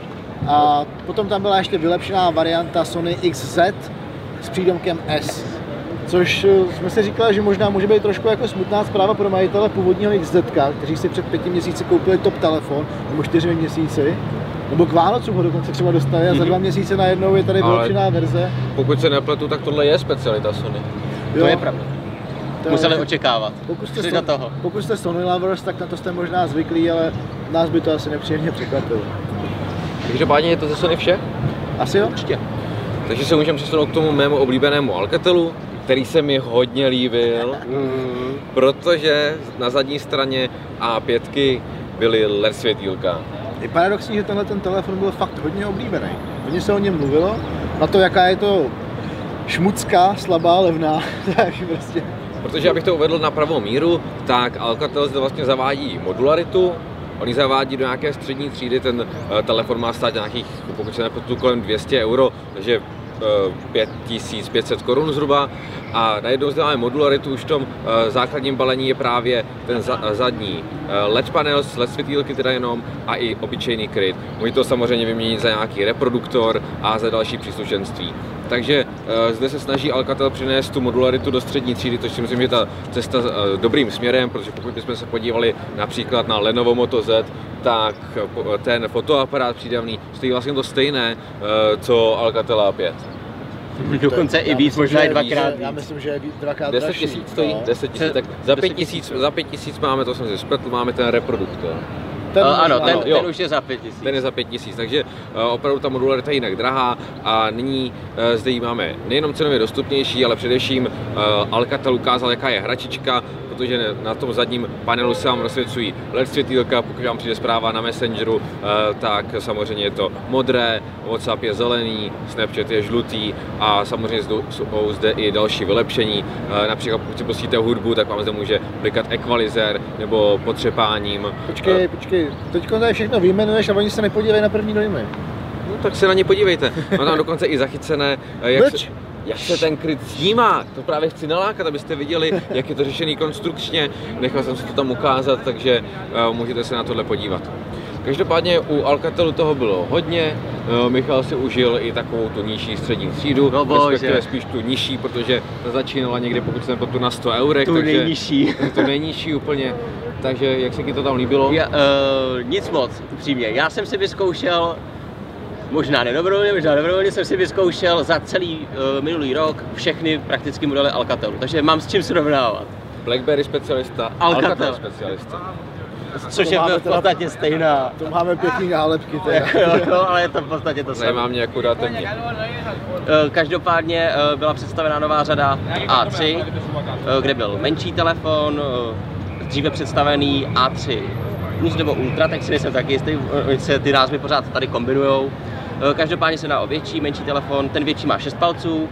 A potom tam byla ještě vylepšená varianta Sony X Z s přídomkem S. Což jsme si říkali, že možná může být trošku jako smutná zpráva pro majitele původního X Z, kteří si před pěti měsíci koupili top telefon, nebo čtyřmi měsíci. Nebo k Vánocům ho dokonce třeba dostali a za dva měsíce najednou je tady vylepšená verze. Pokud se nepletu, tak tohle je specialita Sony. Jo, to je pravda. To museli je, očekávat. Pokud jste, Son, do toho. pokud jste Sony lovers, tak na to jste možná zvyklí, ale nás by to asi nepříjemně překvapilo. Každopádně je to ze Sony vše? Asi jo. Určitě. Takže se můžeme přesunout k tomu mému oblíbenému Alcatelu, který se mi hodně líbil, mm. protože na zadní straně A pět byly L E D světýlka. Je paradoxní, že tenhle ten telefon byl fakt hodně oblíbený. Hodně se o něm mluvilo, na to, jaká je to šmucká, slabá, levná, tak prostě. Protože abych to uvedl na pravou míru, tak Alcatel zde vlastně zavádí modularitu. On ji zavádí do nějaké střední třídy, ten uh, telefon má stát nějakých, pokud se nepletu, kolem dvě stě euro, takže uh, pět tisíc pět set korun zhruba. A najednou zde máme modularitu, už v tom uh, základním balení je právě ten za, uh, zadní uh, L E D panel s L E D světýlky teda jenom a i obyčejný kryt. Může to samozřejmě vyměnit za nějaký reproduktor a za další příslušenství. Takže uh, zde se snaží Alcatel přinést tu modularitu do střední třídy, což si myslím, že je ta cesta uh, dobrým směrem, protože pokud bychom se podívali například na Lenovo Moto Z, tak uh, ten fotoaparát přídavný stojí vlastně to stejné, uh, co Alcatel A pět. Dokonce i víc, možná i dvakrát víc. Já myslím, že je dvakrát deset dražší. tisíc stojí, no. deset tisíc, tak za pět tisíc, za pět tisíc máme, to jsem si spletl, máme ten reproduktor. Ten, uh, ano, ten, jo. ten už je za pět tisíc. Ten je za pět tisíc, takže uh, opravdu ta modularita je jinak drahá a nyní uh, zde ji máme nejenom cenově dostupnější, ale především uh, Alcatel ukázal, jaká je hračička, protože na tom zadním panelu se vám rozsvěcují L E D světýlka, pokud vám přijde zpráva na Messengeru, uh, tak samozřejmě je to modré, WhatsApp je zelený, Snapchat je žlutý a samozřejmě jsou zde i další vylepšení. Uh, například pokud si pustíte hudbu, tak vám zde může blikat ekvalizér nebo potřepáním. Počkej, počkej, teď tady všechno vyjmenuješ a oni se nepodívají na první dojmy. No, tak se na ně podívejte. Mám tam dokonce i zachycené, jak se, jak se ten kryt snímá. To právě chci nalákat, abyste viděli, jak je to řešený konstrukčně. Nechal jsem si to tam ukázat, takže uh, můžete se na tohle podívat. Každopádně u Alcatelu toho bylo hodně, Michal si užil i takovou tu nižší střední třídu, no respektive spíš tu nižší, protože ta začínala někde, pokud jsem tu na sto eurech, tu takže nejnižší. tu nejnižší úplně, takže jak se ti to tam líbilo? Já, uh, nic moc, upřímně, já jsem si vyzkoušel, možná nedobrovolně, možná dobrovolně jsem si vyzkoušel za celý uh, minulý rok všechny prakticky modely Alcatelu, takže mám s čím srovnávat. BlackBerry specialista, Alcatel, Alcatel specialista. Což je v podstatě stejná. To máme pěkný nálepky teda. jo, jo, ale je to v podstatě to samé. Nemám nějakou dáte mě. Každopádně byla představena nová řada A tři, kde byl menší telefon, dříve představený A tři Plus nebo Ultra, tak si nejsem taky jistý, se ty názvy pořád tady kombinujou. Každopádně se dá o větší, menší telefon, ten větší má šest palců,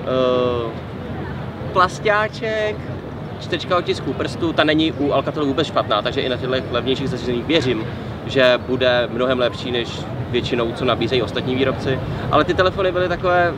plastáček, čtečka otisků prstů, ta není u Alcatelu vůbec špatná, takže i na těchto levnějších zařízeních věřím, že bude mnohem lepší než většinou, co nabízejí ostatní výrobci. Ale ty telefony byly takové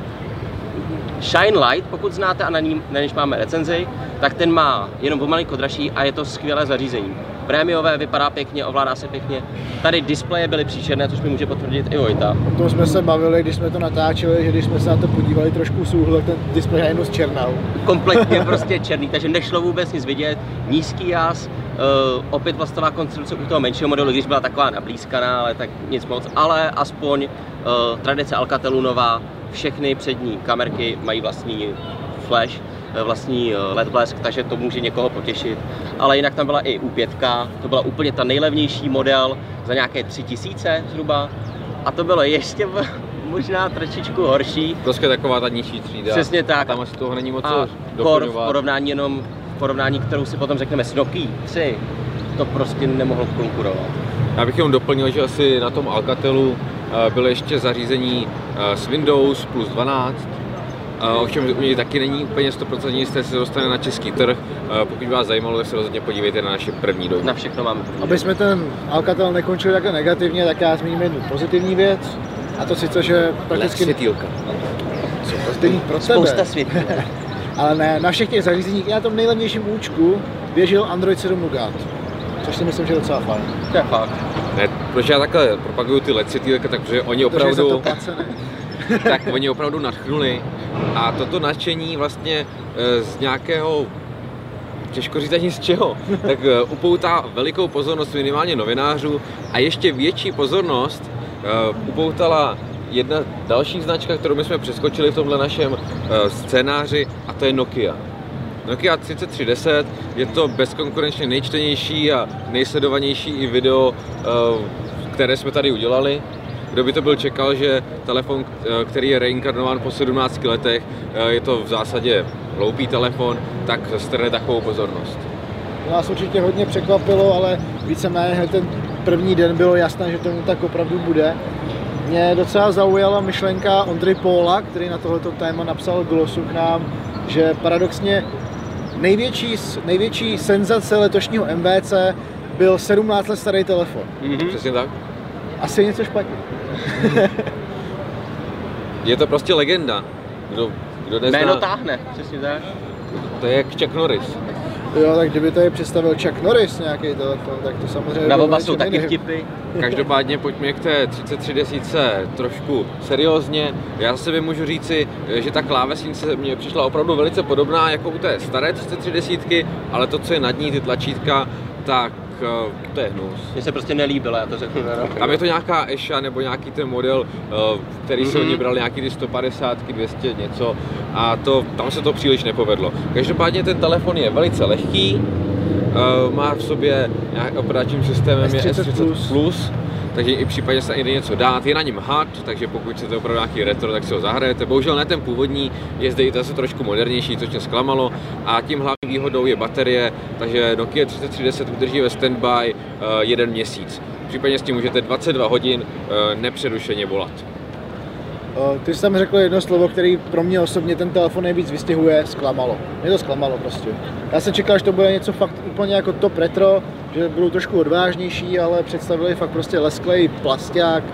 Shine Light, pokud znáte a na, ní, na něž máme recenzi, tak ten má jenom pomalinko dražší a je to skvělé zařízení. Prémiové, vypadá pěkně, ovládá se pěkně. Tady displeje byly příšerné, což mi může potvrdit i Vojta. O tom jsme se bavili, když jsme to natáčeli, že když jsme se na to podívali trošku z úhlu, ten displej najednou zčernal. Kompletně prostě černý, takže nešlo vůbec nic vidět. Nízký jas, uh, opět plastová konstrukce u toho menšího modelu, když byla taková nablízkaná, ale tak nic moc. Ale aspoň uh, tradice Alcatelu nová, všechny přední kamerky mají vlastní flash, vlastní L E D blesk, takže to může někoho potěšit. Ale jinak tam byla i U pět, to byla úplně ta nejlevnější model za nějaké tři tisíce zhruba. A to bylo ještě možná trošičku horší. Prostě taková ta nižší třída. Přesně tak. Tam asi toho není moc a kor v porovnání jenom v porovnání, kterou si potom řekneme s Nokia tři, to prostě nemohlo konkurovat. Já bych jenom doplnil, že asi na tom Alcatelu bylo ještě zařízení s Windows plus dvanáct. Ovšem u něj taky není úplně sto procent jisté, se dostane na český trh. Pokud vás zajímalo, tak se rozhodně podívejte na naše první dojmy. Na všechno máme. Aby jsme ten Alcatel nekončili takhle negativně, tak já zmíním jednu pozitivní věc. A to sice, že prakticky... Světýlka. Jsou pozitivní pro tebe. Spousta světýlek. Ale ne, na všech těch zařízeních i na tom nejlevnějším účku běžel Android sedm Nougat. Což si myslím, že je docela fajn. To je fakt. Ne, protože já takhle propaguju ty L E D světýlka, takže oni opravdu... tak oni opravdu nadchnuli a toto nadšení vlastně z nějakého, těžko říct ani z čeho, tak upoutá velikou pozornost minimálně novinářů a ještě větší pozornost upoutala jedna další značka, kterou my jsme přeskočili v tomhle našem scénáři, a to je Nokia. Nokia třicet tři deset je to bezkonkurenčně nejčtenější a nejsledovanější i video, které jsme tady udělali. Kdo by to byl čekal, že telefon, který je reinkarnován po sedmnácti letech, je to v zásadě hloupý telefon, tak strhne takovou pozornost. To nás určitě hodně překvapilo, ale víceméně ten první den bylo jasné, že tomu tak opravdu bude. Mě docela zaujala myšlenka Ondry Póla, který na tohleto téma napsal glosu k nám, že paradoxně největší, největší senzace letošního M V C byl sedmnáct let starý telefon. Mm-hmm. Přesně tak. Asi je něco špatně. Je to prostě legenda. Kdo, kdo nezná... Jméno táhne, přesně tak. To je jak Chuck Norris. Jo, tak kdyby tady představil Chuck Norris nějaký telefon, tak to samozřejmě... Na oba jsou taky vtipy. Každopádně pojďme k té třicet tři desítce trošku seriózně. Já za sebe můžu říci, že ta klávesnice mně přišla opravdu velice podobná jako u té staré třicet tři desítky, ale to, co je nad ní, ty tlačítka, tak to je hnus. Mně se prostě nelíbilo, já to řeknu na rok. Tam je to nějaká Esha nebo nějaký ten model, který mm-hmm. se oni brali nějaký ty sto padesát, dvě stě něco a to, tam se to příliš nepovedlo. Každopádně ten telefon je velice lehký, má v sobě nějak operačním systémem S třicet je S třicet plus, takže i případně se jde něco dát. Je na něm H U D, takže pokud chcete opravdu nějaký retro, tak si ho zahrajete. Bohužel ne ten původní, je zde i zase trošku modernější, což mě zklamalo. A tím hlavní výhodou je baterie, takže Nokia třicet tři deset udrží ve standby uh, jeden měsíc. Případně s tím můžete dvacet dva hodin uh, nepřerušeně volat. Ty jsi tam řekl jedno slovo, který pro mě osobně ten telefon nejvíc vystihuje, zklamalo. Mě to zklamalo prostě. Já jsem čekal, že to bude něco fakt úplně jako top retro, že budou trošku odvážnější, ale představili fakt prostě lesklej plasták,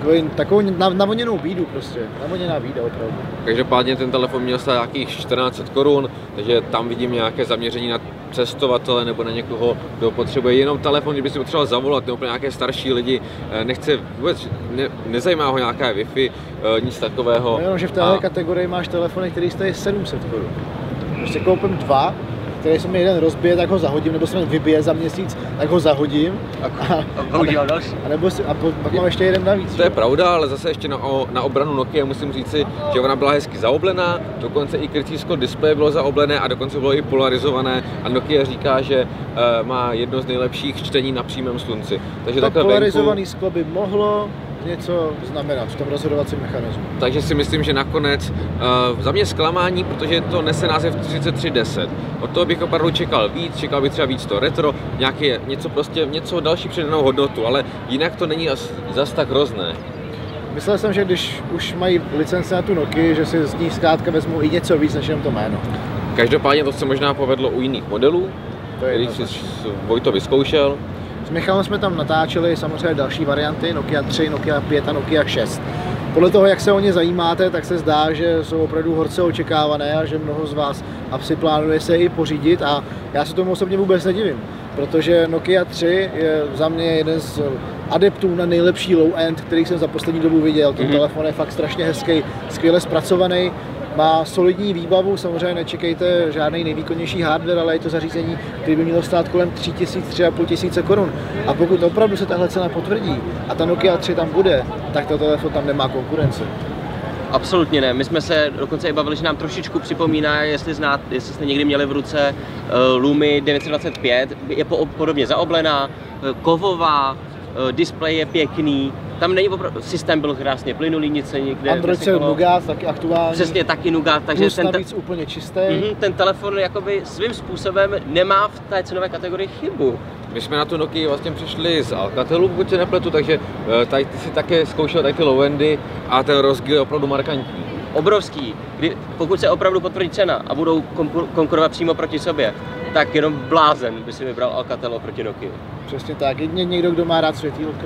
takovou navoněnou bídu prostě, navoněná bída opravdu. Každopádně ten telefon měl stát nějakých čtrnáct set korun, takže tam vidím nějaké zaměření na cestovatele nebo na někoho, kdo potřebuje jenom telefon, kdyby si potřeboval zavolat, nebo nějaké starší lidi, nechce vůbec, ne, nezajímá ho nějaká Wi-Fi, nic takového. No jenom, že v téhle a... kategorii máš telefony, který stojí sedm set korun. Prostě koupím dva, který se mi jeden rozbije, tak ho zahodím, nebo se mi vybije za měsíc, tak ho zahodím. A, a, a, a, další. a, nebo si, a po, pak mám ještě jeden navíc. To je pravda, ale zase ještě na, o, na obranu Nokia musím říci, že ona byla hezky zaoblená, dokonce i krycísko displeje bylo zaoblené a dokonce bylo i polarizované a Nokia říká, že uh, má jedno z nejlepších čtení na přímém slunci. Takže to polarizované venku... sklo by mohlo něco znamenat v tom rozhodovacím mechanismu. Takže si myslím, že nakonec uh, za mě zklamání, protože to nese název třicet tři deset. Od toho bych opravdu čekal víc, čekal bych třeba víc to retro, nějaké něco prostě, něco další přidanou hodnotu, ale jinak to není as, zas tak hrozné. Myslel jsem, že když už mají licence na tu Nokii, že si z ní zkrátka vezmou i něco víc než jenom to jméno. Každopádně to se možná povedlo u jiných modelů, který si Vojto vyzkoušel. S Michalem jsme tam natáčeli samozřejmě další varianty, Nokia tři, Nokia pět a Nokia šest. Podle toho, jak se o ně zajímáte, tak se zdá, že jsou opravdu horce očekávané a že mnoho z vás asi plánuje se i pořídit a já se tomu osobně vůbec nedivím, protože Nokia tři je za mě jeden z adeptů na nejlepší low-end, který jsem za poslední dobu viděl. Ten mm-hmm. telefon je fakt strašně hezký, skvěle zpracovaný. Má solidní výbavu, samozřejmě nečekejte žádný nejvýkonnější hardware, ale je to zařízení, který by mělo stát kolem tři tisíce, tři a půl tisíce korun. A pokud opravdu se tahle cena potvrdí a ta Nokia tři tam bude, tak ten telefon tam nemá konkurenci. Absolutně ne. My jsme se dokonce i bavili, že nám trošičku připomíná, jestli, znát, jestli jste někdy měli v ruce uh, Lumia devět set dvacet pět, je po, podobně zaoblená, uh, kovová, uh, displej je pěkný. Tam není opravdu, systém byl krásně plynulý, nic se nikde Android se Nougat, taky aktuální. Přesně, taky Nougat, takže plus ten, navíc úplně čistý. Mm, ten telefon jakoby svým způsobem nemá v té cenové kategorii chybu. My jsme na tu Nokii vlastně přišli z Alcatelu, pokud se nepletu, takže tady ty si také zkoušel tady ty low-endy a ten rozdíl je opravdu markantní. Obrovský. Kdy, pokud se opravdu potvrdí cena a budou konkurovat přímo proti sobě, tak jenom blázen by si vybral Alcatel oproti Nokii. Přesně tak, jedině někdo, kdo má rád světýlka.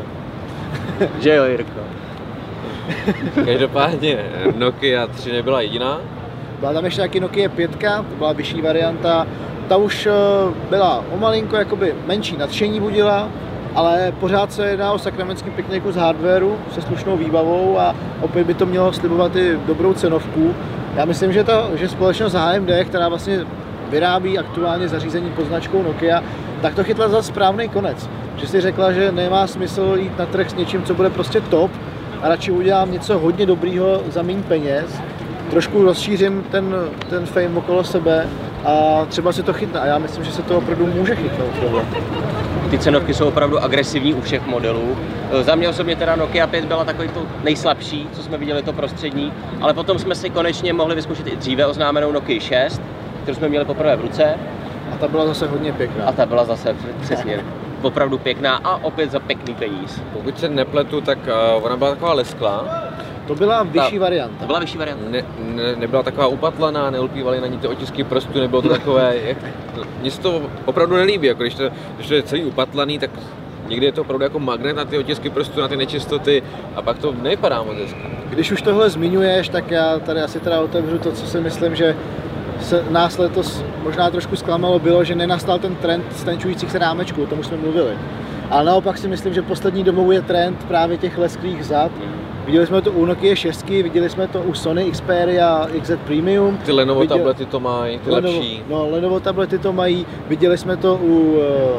Že jo, Jirko. Každopádně Nokia tři nebyla jediná. Byla tam ještě taky Nokia pět, to byla vyšší varianta. Ta už byla o malinko jakoby menší nadšení budila, ale pořád se jedná o sakramentský pěkný kus hardwareu se slušnou výbavou a opět by to mělo slibovat i dobrou cenovku. Já myslím, že, to, že společnost H M D, která vlastně vyrábí aktuálně zařízení pod značkou Nokia, tak to chytla za správný konec. Že si řekla, že nemá smysl jít na trh s něčím, co bude prostě top a radši udělám něco hodně dobrýho za méně peněz. Trošku rozšířím ten, ten fame okolo sebe a třeba si to chytne. A já myslím, že se to opravdu může chytnout tohle. Ty cenovky jsou opravdu agresivní u všech modelů. Za mě osobně teda Nokia pět byla takový to nejslabší, co jsme viděli, to prostřední, ale potom jsme si konečně mohli vyzkoušet i dříve oznámenou Nokia šest, kterou jsme měli poprvé v ruce. A ta byla zase hodně pěkná. A ta byla zase přesně opravdu pěkná a opět za pěkný peníz. Pokud se nepletu, tak uh, ona byla taková lesklá. To byla vyšší ta, varianta. To byla vyšší varianta. Ne, ne, nebyla taková upatlaná, neulpívaly na ní ty otisky prstů, nebylo to takové, jak, mně se to opravdu nelíbí, jako když to, když to je celý upatlaný, tak někdy je to opravdu jako magnet na ty otisky prstů, na ty nečistoty a pak to nevypadá moc hezky. Když už tohle zmiňuješ, tak já tady asi teda otevřu to, co si myslím, že se nás letos možná trošku zklamalo, bylo, že nenastal ten trend stenčujících se rámečků, o tom už jsme mluvili. Ale naopak si myslím, že poslední dobou je trend právě těch lesklých zad. Viděli jsme to u Nokia šest, viděli jsme to u Sony Xperia X Z Premium. Ty Lenovo Viděl... tablety to mají, ty Lenovo, lepší. No, Lenovo tablety to mají, viděli jsme to u,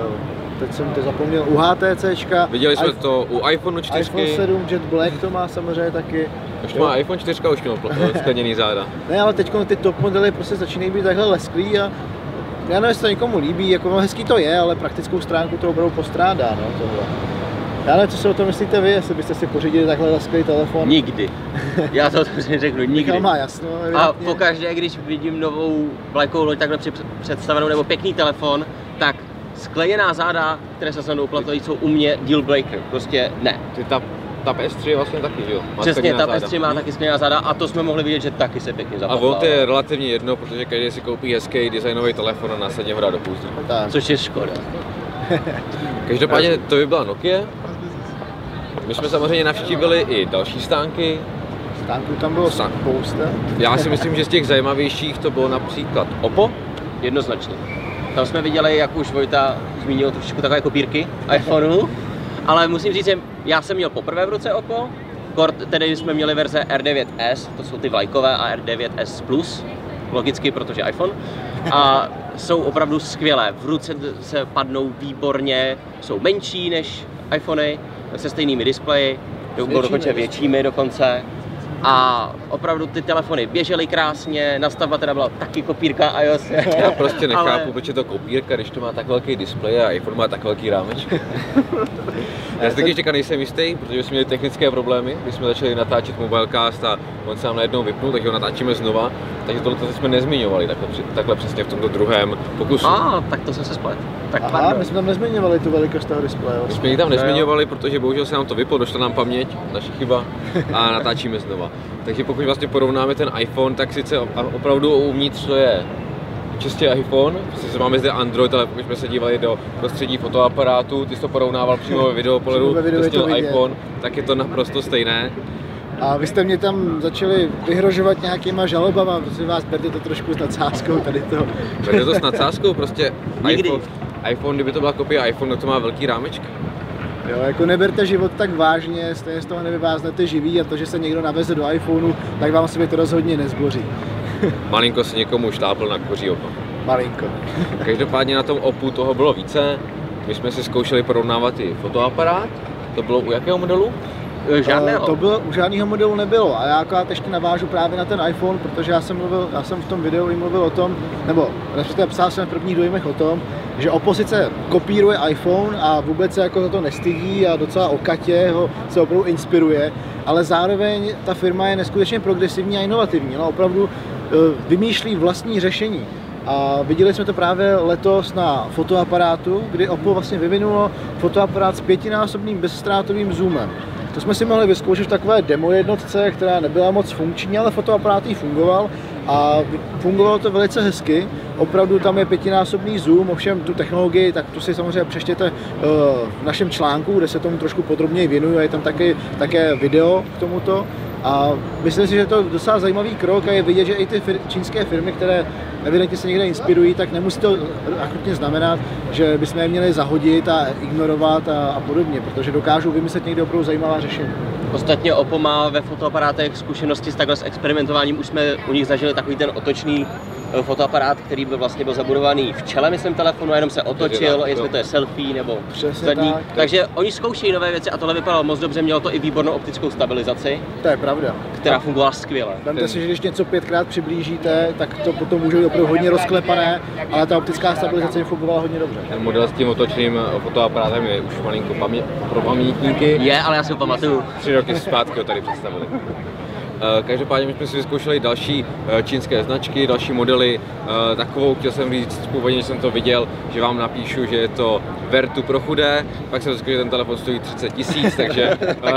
teď jsem to zapomněl, u HTCčka. Viděli jsme I... to u iPhone čtyři. iPhone sedm Jet Black to má samozřejmě taky. Už má iPhone čtyři, už měl skleněný záda. Ne, ale teď ty top modely prostě začínají být takhle lesklý a já nevím, jestli to někomu líbí, jako no, hezký to je, ale praktickou stránku to opravdu postrádá, no, tohle. Já nevím, co si o tom myslíte vy, jestli byste si pořídili takhle lesklý telefon. Nikdy. Já to řeknu, nikdy. Michal má jasno. A pokaždé, když vidím novou vlajkovou loď takhle představenou nebo pěkný telefon, tak skleněná záda, které se snadno uplatňují, jsou u mě deal breaker. Prostě ne. Ty ta, ta P S tři vlastně taky, jo? Má přesně, ta P S tři má taky skleněná záda a to jsme mohli vidět, že taky se pěkně zapatla. A on to je relativně jedno, protože každý si koupí hezký designový telefon a následně ho dá do půzdy. Což je škoda. Každopádně to by byla Nokia. My jsme samozřejmě navštívili i další stánky. Stánků tam bylo spousta. Já si myslím, že z těch zajímavějších to bylo například Oppo. Jednoznačně. Tam jsme viděli, jak už Vojta zmínil, trošičku takové kopírky iPhoneu, ale musím říct, že já jsem měl poprvé v ruce Oppo, tedy jsme měli verze R devět S, to jsou ty vlajkové, a R devět S Plus, logicky, protože iPhone, a jsou opravdu skvělé, v ruce se padnou výborně, jsou menší než iPhony, se stejnými displeji, budou dokonce většími dokonce. A opravdu ty telefony běžely krásně, nastavba teda byla taky kopírka iOS. Já prostě nechápu, ale... proč je to kopírka, když to má tak velký displej a iPhone má tak velký rámeček. Já si taky ještě nejsem jistý, protože jsme měli technické problémy, když jsme začali natáčet Mobilecast a on se nám najednou vypnul, takže ho natáčíme znova. Takže tohle jsme nezmiňovali takhle, takhle přesně v tomto druhém pokusu. A, ah, tak to jsem se splet. Tak Aha, pardon. My jsme tam nezmiňovali tu velikost toho displeje. My jsme ji tam nezmiňovali, protože bohužel se nám to vyplo, došla nám paměť, naše chyba, a natáčíme znova. Takže pokud vlastně porovnáme ten iPhone, tak sice opravdu uvnitř to je čistě iPhone, sice máme zde Android, ale pokud jsme se dívali do prostředí fotoaparátu, ty jsi to porovnával přímo ve videopoledu, to sněl iPhone, tak je to naprosto stejné. A vy jste mě tam začali vyhrožovat nějakýma žalobama, protože vás berte to trošku s nadsázkou tady to. Berte to s nadsázkou, prostě iPhone, iPhone, kdyby to byla kopie iPhone, no to má velký rámeček. Jo, jako neberte život tak vážně, stejně z toho nevyváznete živý a to, že se někdo naveze do iPhoneu, tak vám si to rozhodně nezboří. Malinko si někomu štápl na koří oko. Malinko. Každopádně na tom Oppu toho bylo více. My jsme si zkoušeli porovnávat i fotoaparát. To bylo u jakého modelu? Žádného. To bylo, u žádného modelu nebylo a já akorát ještě navážu právě na ten iPhone, protože já jsem mluvil, já jsem v tom videu i mluvil o tom, nebo respektive psal jsem v prvních dojmech o tom, že Oppo sice kopíruje iPhone a vůbec se jako za to nestydí a docela okatě ho se opravdu inspiruje, ale zároveň ta firma je neskutečně progresivní a inovativní, no opravdu vymýšlí vlastní řešení. A viděli jsme to právě letos na fotoaparátu, kdy Oppo vlastně vyvinulo fotoaparát s pětinásobným bezztrátovým zoomem. To jsme si mohli vyzkoušet v takové demo jednotce, která nebyla moc funkční, ale fotoaparát jí fungoval a fungovalo to velice hezky. Opravdu tam je pětinásobný zoom, ovšem tu technologii, tak tu si samozřejmě přečtěte v našem článku, kde se tomu trošku podrobněji věnuju, je tam taky, také video k tomuto. A myslím si, že to je docela zajímavý krok a je vidět, že i ty fir- čínské firmy, které evidentně se někde inspirují, tak nemusí to akutně znamenat, že bychom je měli zahodit a ignorovat a, a podobně, protože dokážou vymyslet někde opravdu zajímavá řešení. Ostatně Oppo má ve fotoaparátech zkušenosti s takhle s experimentováním, už jsme u nich zažili takový ten otočný fotoaparát, který byl vlastně byl zabudovaný v čele, myslím, telefonu, a jenom se otočil, tak, jestli to je selfie nebo přesně zadní. Tak. Takže oni zkoušejí nové věci a tohle vypadalo moc dobře, mělo to i výbornou optickou stabilizaci. To je pravda. Která fungovala skvěle. Vemte si, že když něco pětkrát přiblížíte, tak to potom může být opravdu hodně rozklepané, ale ta optická stabilizace fungovala hodně dobře. Ten model s tím otočným fotoaparátem je už malinko pamě- pro pamětníky. Je, ale já si ho pamatuju. Tři roky zpátky ho tady představili. Každopádně my jsme si vyzkoušeli další čínské značky, další modely. Takovou chtěl jsem říct, původně jsem to viděl, že vám napíšu, že je to Vertu pro chudé, pak jsem řekl, že ten telefon stojí třicet tisíc, takže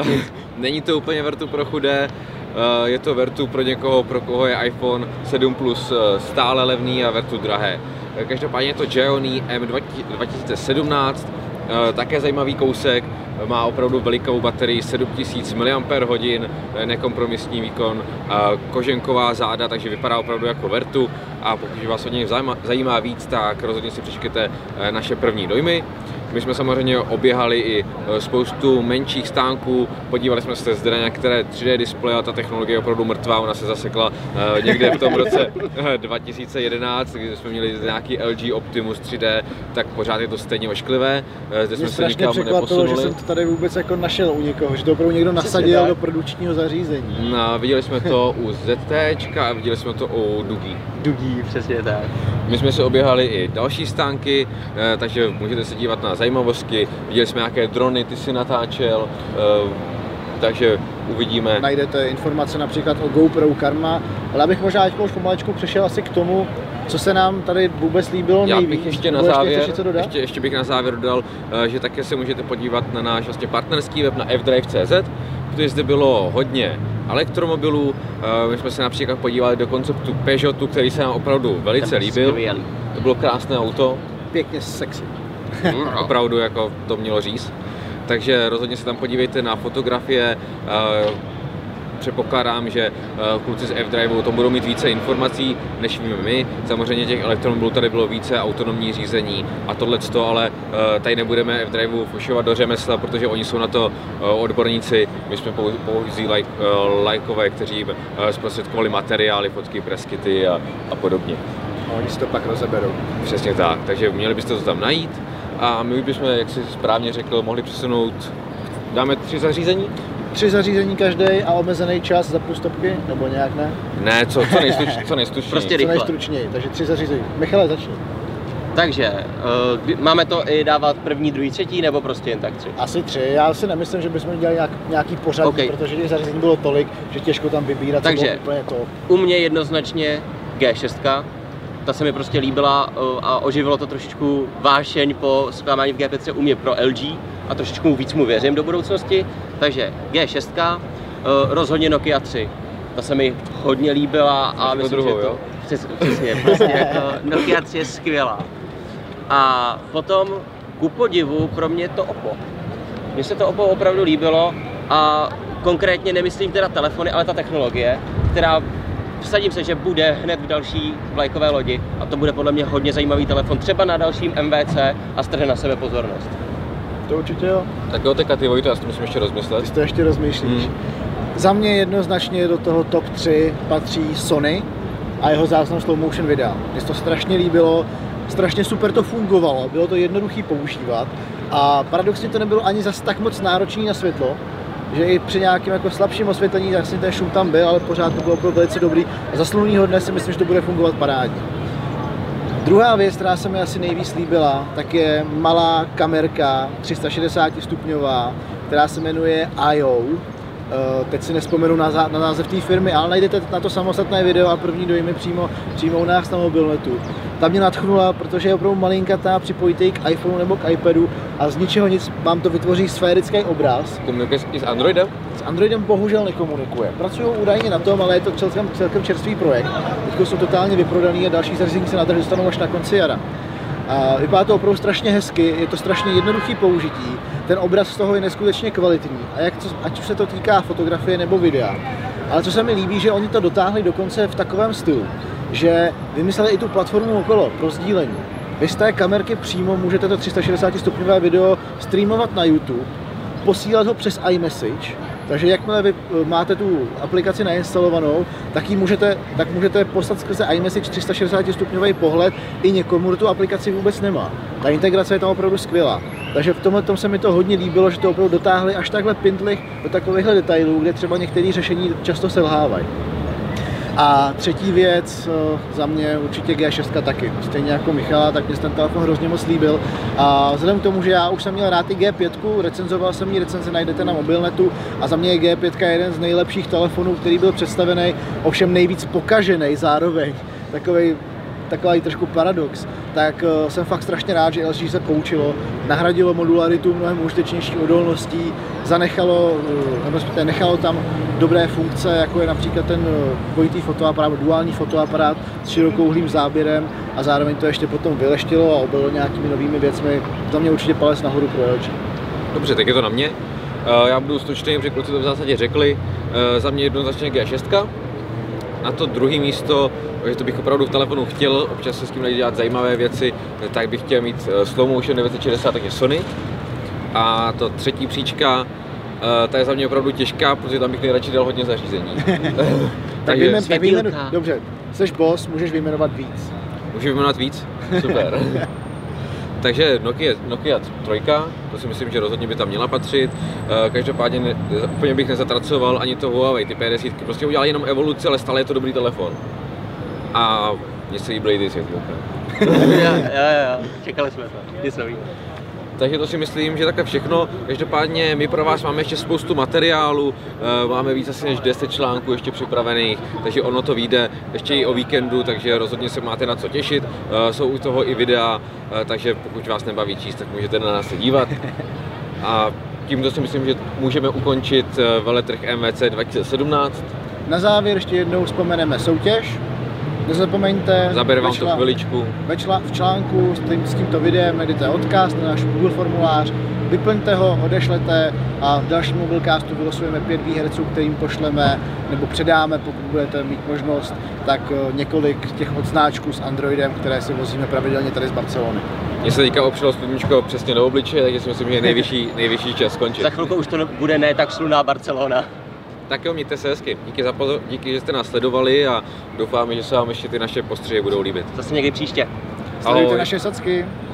není to úplně Vertu pro chudé. Je to Vertu pro někoho, pro koho je iPhone sedm plus stále levný a Vertu drahé. Každopádně je to Gionee M dva tisíce sedmnáct, také zajímavý kousek, má opravdu velikou baterii, sedm tisíc miliampérhodin, nekompromisní výkon, koženková záda, takže vypadá opravdu jako Vertu, a pokud vás od něj zajímá víc, tak rozhodně si přečtěte naše první dojmy. My jsme samozřejmě oběhali i spoustu menších stánků, podívali jsme se zde na některé tři dé displeje, a ta technologie je opravdu mrtvá, ona se zasekla někde v tom roce dva tisíce jedenáct, kdy jsme měli nějaký L G Optimus tři dé, tak pořád je to stejně ošklivé, zde jsme se nikam neposunuli. Že jsem to tady vůbec jako našel u někoho, že to opravdu někdo nasadil do produkčního zařízení. No, viděli jsme to u Z T a viděli jsme to u Dugii. Dugii, přesně tak. My jsme se oběhali i další stánky, takže můžete se dívat na zajímavosti. Viděli jsme nějaké drony, ty si natáčel, takže uvidíme. Najdete informace například o GoPro Karma, ale abych možná už pomalečku přešel asi k tomu, co se nám tady vůbec líbilo Já nejvíc. bych ještě na závěr, ještě, ještě, ještě bych na závěr dodal, že také se můžete podívat na náš vlastně partnerský web na f drive tečka cé zet, protože zde bylo hodně elektromobilů. My jsme se například podívali do konceptu Peugeotu, který se nám opravdu velice líbil. To bylo krásné auto. Pěkně sexy. Opravdu jako to mělo říct. takže rozhodně se tam podívejte na fotografie. Předpokládám, že kluci z F-Drive o tom budou mít více informací, než víme my. Samozřejmě těch elektromobilů tady bylo více, autonomní řízení a tohleto, ale tady nebudeme F-Drive fušovat do řemesla, protože oni jsou na to odborníci. My jsme pouhí like, lajkové, kteří zprostředkovali materiály, fotky, preskity a, a podobně. A oni si to pak rozeberou. Přesně tak, takže měli byste to tam najít a my bychom, jak jsi správně řekl, mohli přesunout, dáme tři zařízení? Tři zařízení každý a omezený čas za plus stopky, nebo nějak ne? Ne, co, co, nejstruč, co nejstručněji. Prostě co nejstručněji, takže tři zařízení. Michale, začni. Takže, uh, máme to i dávat první, druhý, třetí, nebo prostě jen tak tři? Asi tři. Já si nemyslím, že bychom dělali nějak, nějaký pořadí, okay. Protože těch zařízení bylo tolik, že těžko tam vybírat, takže, co bylo úplně to. U mě jednoznačně G šest, ta se mi prostě líbila a oživilo to trošičku vášeň po zklamání v G pět u mě pro L G a trošičku víc mu věřím do budoucnosti. Takže G šest, rozhodně Nokia tři, ta se mi hodně líbila a Až myslím, druhou, že to přes, přesně, prostě jako Nokia tři je skvělá. A potom ku podivu pro mě to Oppo. Mně se to Oppo opravdu líbilo a konkrétně nemyslím teda telefony, ale ta technologie, která vsadím se, že bude hned v další vlajkové lodi a to bude podle mě hodně zajímavý telefon, třeba na dalším M V C a strhne na sebe pozornost. To určitě jo. Tak jo, ty Katy, Vojto, já si to musím ještě rozmyslet. Ty to ještě rozmýšlíš. Hmm. Za mě jednoznačně do toho top tři patří Sony a jeho záznam slow motion videa. Mně se to strašně líbilo, strašně super to fungovalo, bylo to jednoduchý používat a paradoxně to nebylo ani zas tak moc náročný na světlo, že i při nějakém jako slabším osvětlení, tak si ten šum tam byl, ale pořád to bylo opravdu velice dobrý a za slunného dne si myslím, že to bude fungovat parádně. Druhá věc, která se mi asi nejvíc líbila, tak je malá kamerka tři sta šedesát stupňová, která se jmenuje I O. Teď si nespomenu na, na název té firmy, ale najdete na to samostatné video a první dojmy přímo, přímo u nás na mobilnetu. Ta mě nadchnula, protože je opravdu malinkatá, připojíte ji k iPhoneu nebo k iPadu a z ničeho nic vám to vytvoří sférický obraz. Komunikuje i s Androidem? S Androidem bohužel nekomunikuje. Pracují údajně na tom, ale je to celkem, celkem čerstvý projekt. Teď jsou totálně vyprodaný a další zařízení se na trh dostanou až na konci jara. A vypadá to opravdu strašně hezky, je to strašně jednoduchý použití, ten obraz z toho je neskutečně kvalitní, a jak to, ať už se to týká fotografie nebo videa. Ale co se mi líbí, že oni to dotáhli dokonce v takovém stylu, že vymysleli i tu platformu okolo pro sdílení. Vy z té kamerky přímo můžete to tři sta šedesát stupňové video streamovat na YouTube, posílat ho přes iMessage, takže jakmile vy máte tu aplikaci nainstalovanou, tak ji můžete, tak můžete poslat skrze iMessage tři sta šedesát stupňový pohled i někomu, kdo tu aplikaci vůbec nemá. Ta integrace je tam opravdu skvělá. Takže v tomhle tom se mi to hodně líbilo, že to opravdu dotáhli až takhle pindlich do takovýchhle detailů, kde třeba některé řešení často selhávají. A třetí věc, za mě určitě G šest taky. Stejně jako Michala, tak mě ten telefon hrozně moc líbil. A vzhledem k tomu, že já už jsem měl rád i G pět, recenzoval jsem ji, recenze najdete na mobilnetu a za mě je G pět jeden z nejlepších telefonů, který byl představený, ovšem nejvíc pokažený zároveň. Takovej, takový trošku paradox, tak uh, jsem fakt strašně rád, že L G se poučilo, nahradilo modularitu mnohem užitečnější odolností, zanechalo, uh, nebo nechalo tam dobré funkce, jako je například ten uh, dvojitý fotoaparát, duální fotoaparát s širokouhlým záběrem a zároveň to ještě potom vyleštilo a obylo nějakými novými věcmi. Za mě určitě palec nahoru pro L G. Dobře, tak je to na mě. Uh, já budu stručný, protože kluci to v zásadě řekli. Uh, za mě jednoznačně G šest. Na to druhé místo, že to bych opravdu v telefonu chtěl, občas se s tím najít dělat zajímavé věci, tak bych chtěl mít slow motion devět set šedesát, takže Sony. A to třetí příčka, ta je za mě opravdu těžká, protože tam bych nejradši dal hodně zařízení. Tak vyjmen, tak vyjmenu, dobře, jsi boss, můžeš vyjmenovat víc. Můžu vyjmenovat víc? Super. Takže Nokia, Nokia tři, to si myslím, že rozhodně by tam měla patřit. Každopádně ne, úplně bych nezatracoval ani to Huawei, ty P deset, prostě udělali jenom evoluci, ale stále je to dobrý telefon. A mně se líbily ty světýlka. Jo, jo, jo, čekali jsme to, nic nový. Takže to si myslím, že takhle všechno. Každopádně my pro vás máme ještě spoustu materiálu, máme víc asi než deset článků ještě připravených, takže ono to vyjde ještě i o víkendu, takže rozhodně se máte na co těšit. Jsou u toho i videa, takže pokud vás nebaví číst, tak můžete na nás se dívat. A tímto si myslím, že můžeme ukončit veletrh M V C dva tisíce sedmnáct. Na závěr ještě jednou vzpomeneme soutěž. Nezapomeňte, zabere vám to chviličku. Ve čla, v článku s, tím, s tímto videem najdete odkaz na náš Google formulář, vyplňte ho, odešlete a v dalším mobilecastu vylosujeme pět výherců, kterým pošleme nebo předáme, pokud budete mít možnost, tak několik těch odznáčků s Androidem, které si vozíme pravidelně tady z Barcelony. Mně se teďka opřelo sluníčko přesně do obličeje, takže si myslím, že je nejvyšší, nejvyšší čas skončit. Za chvilku už to bude ne tak slunná Barcelona. Tak jo, mějte se hezky. Díky, za pozor, díky, že jste nás sledovali a doufáme, že se vám ještě ty naše postřehy budou líbit. Zase někdy příště. Sledujte naše sacky.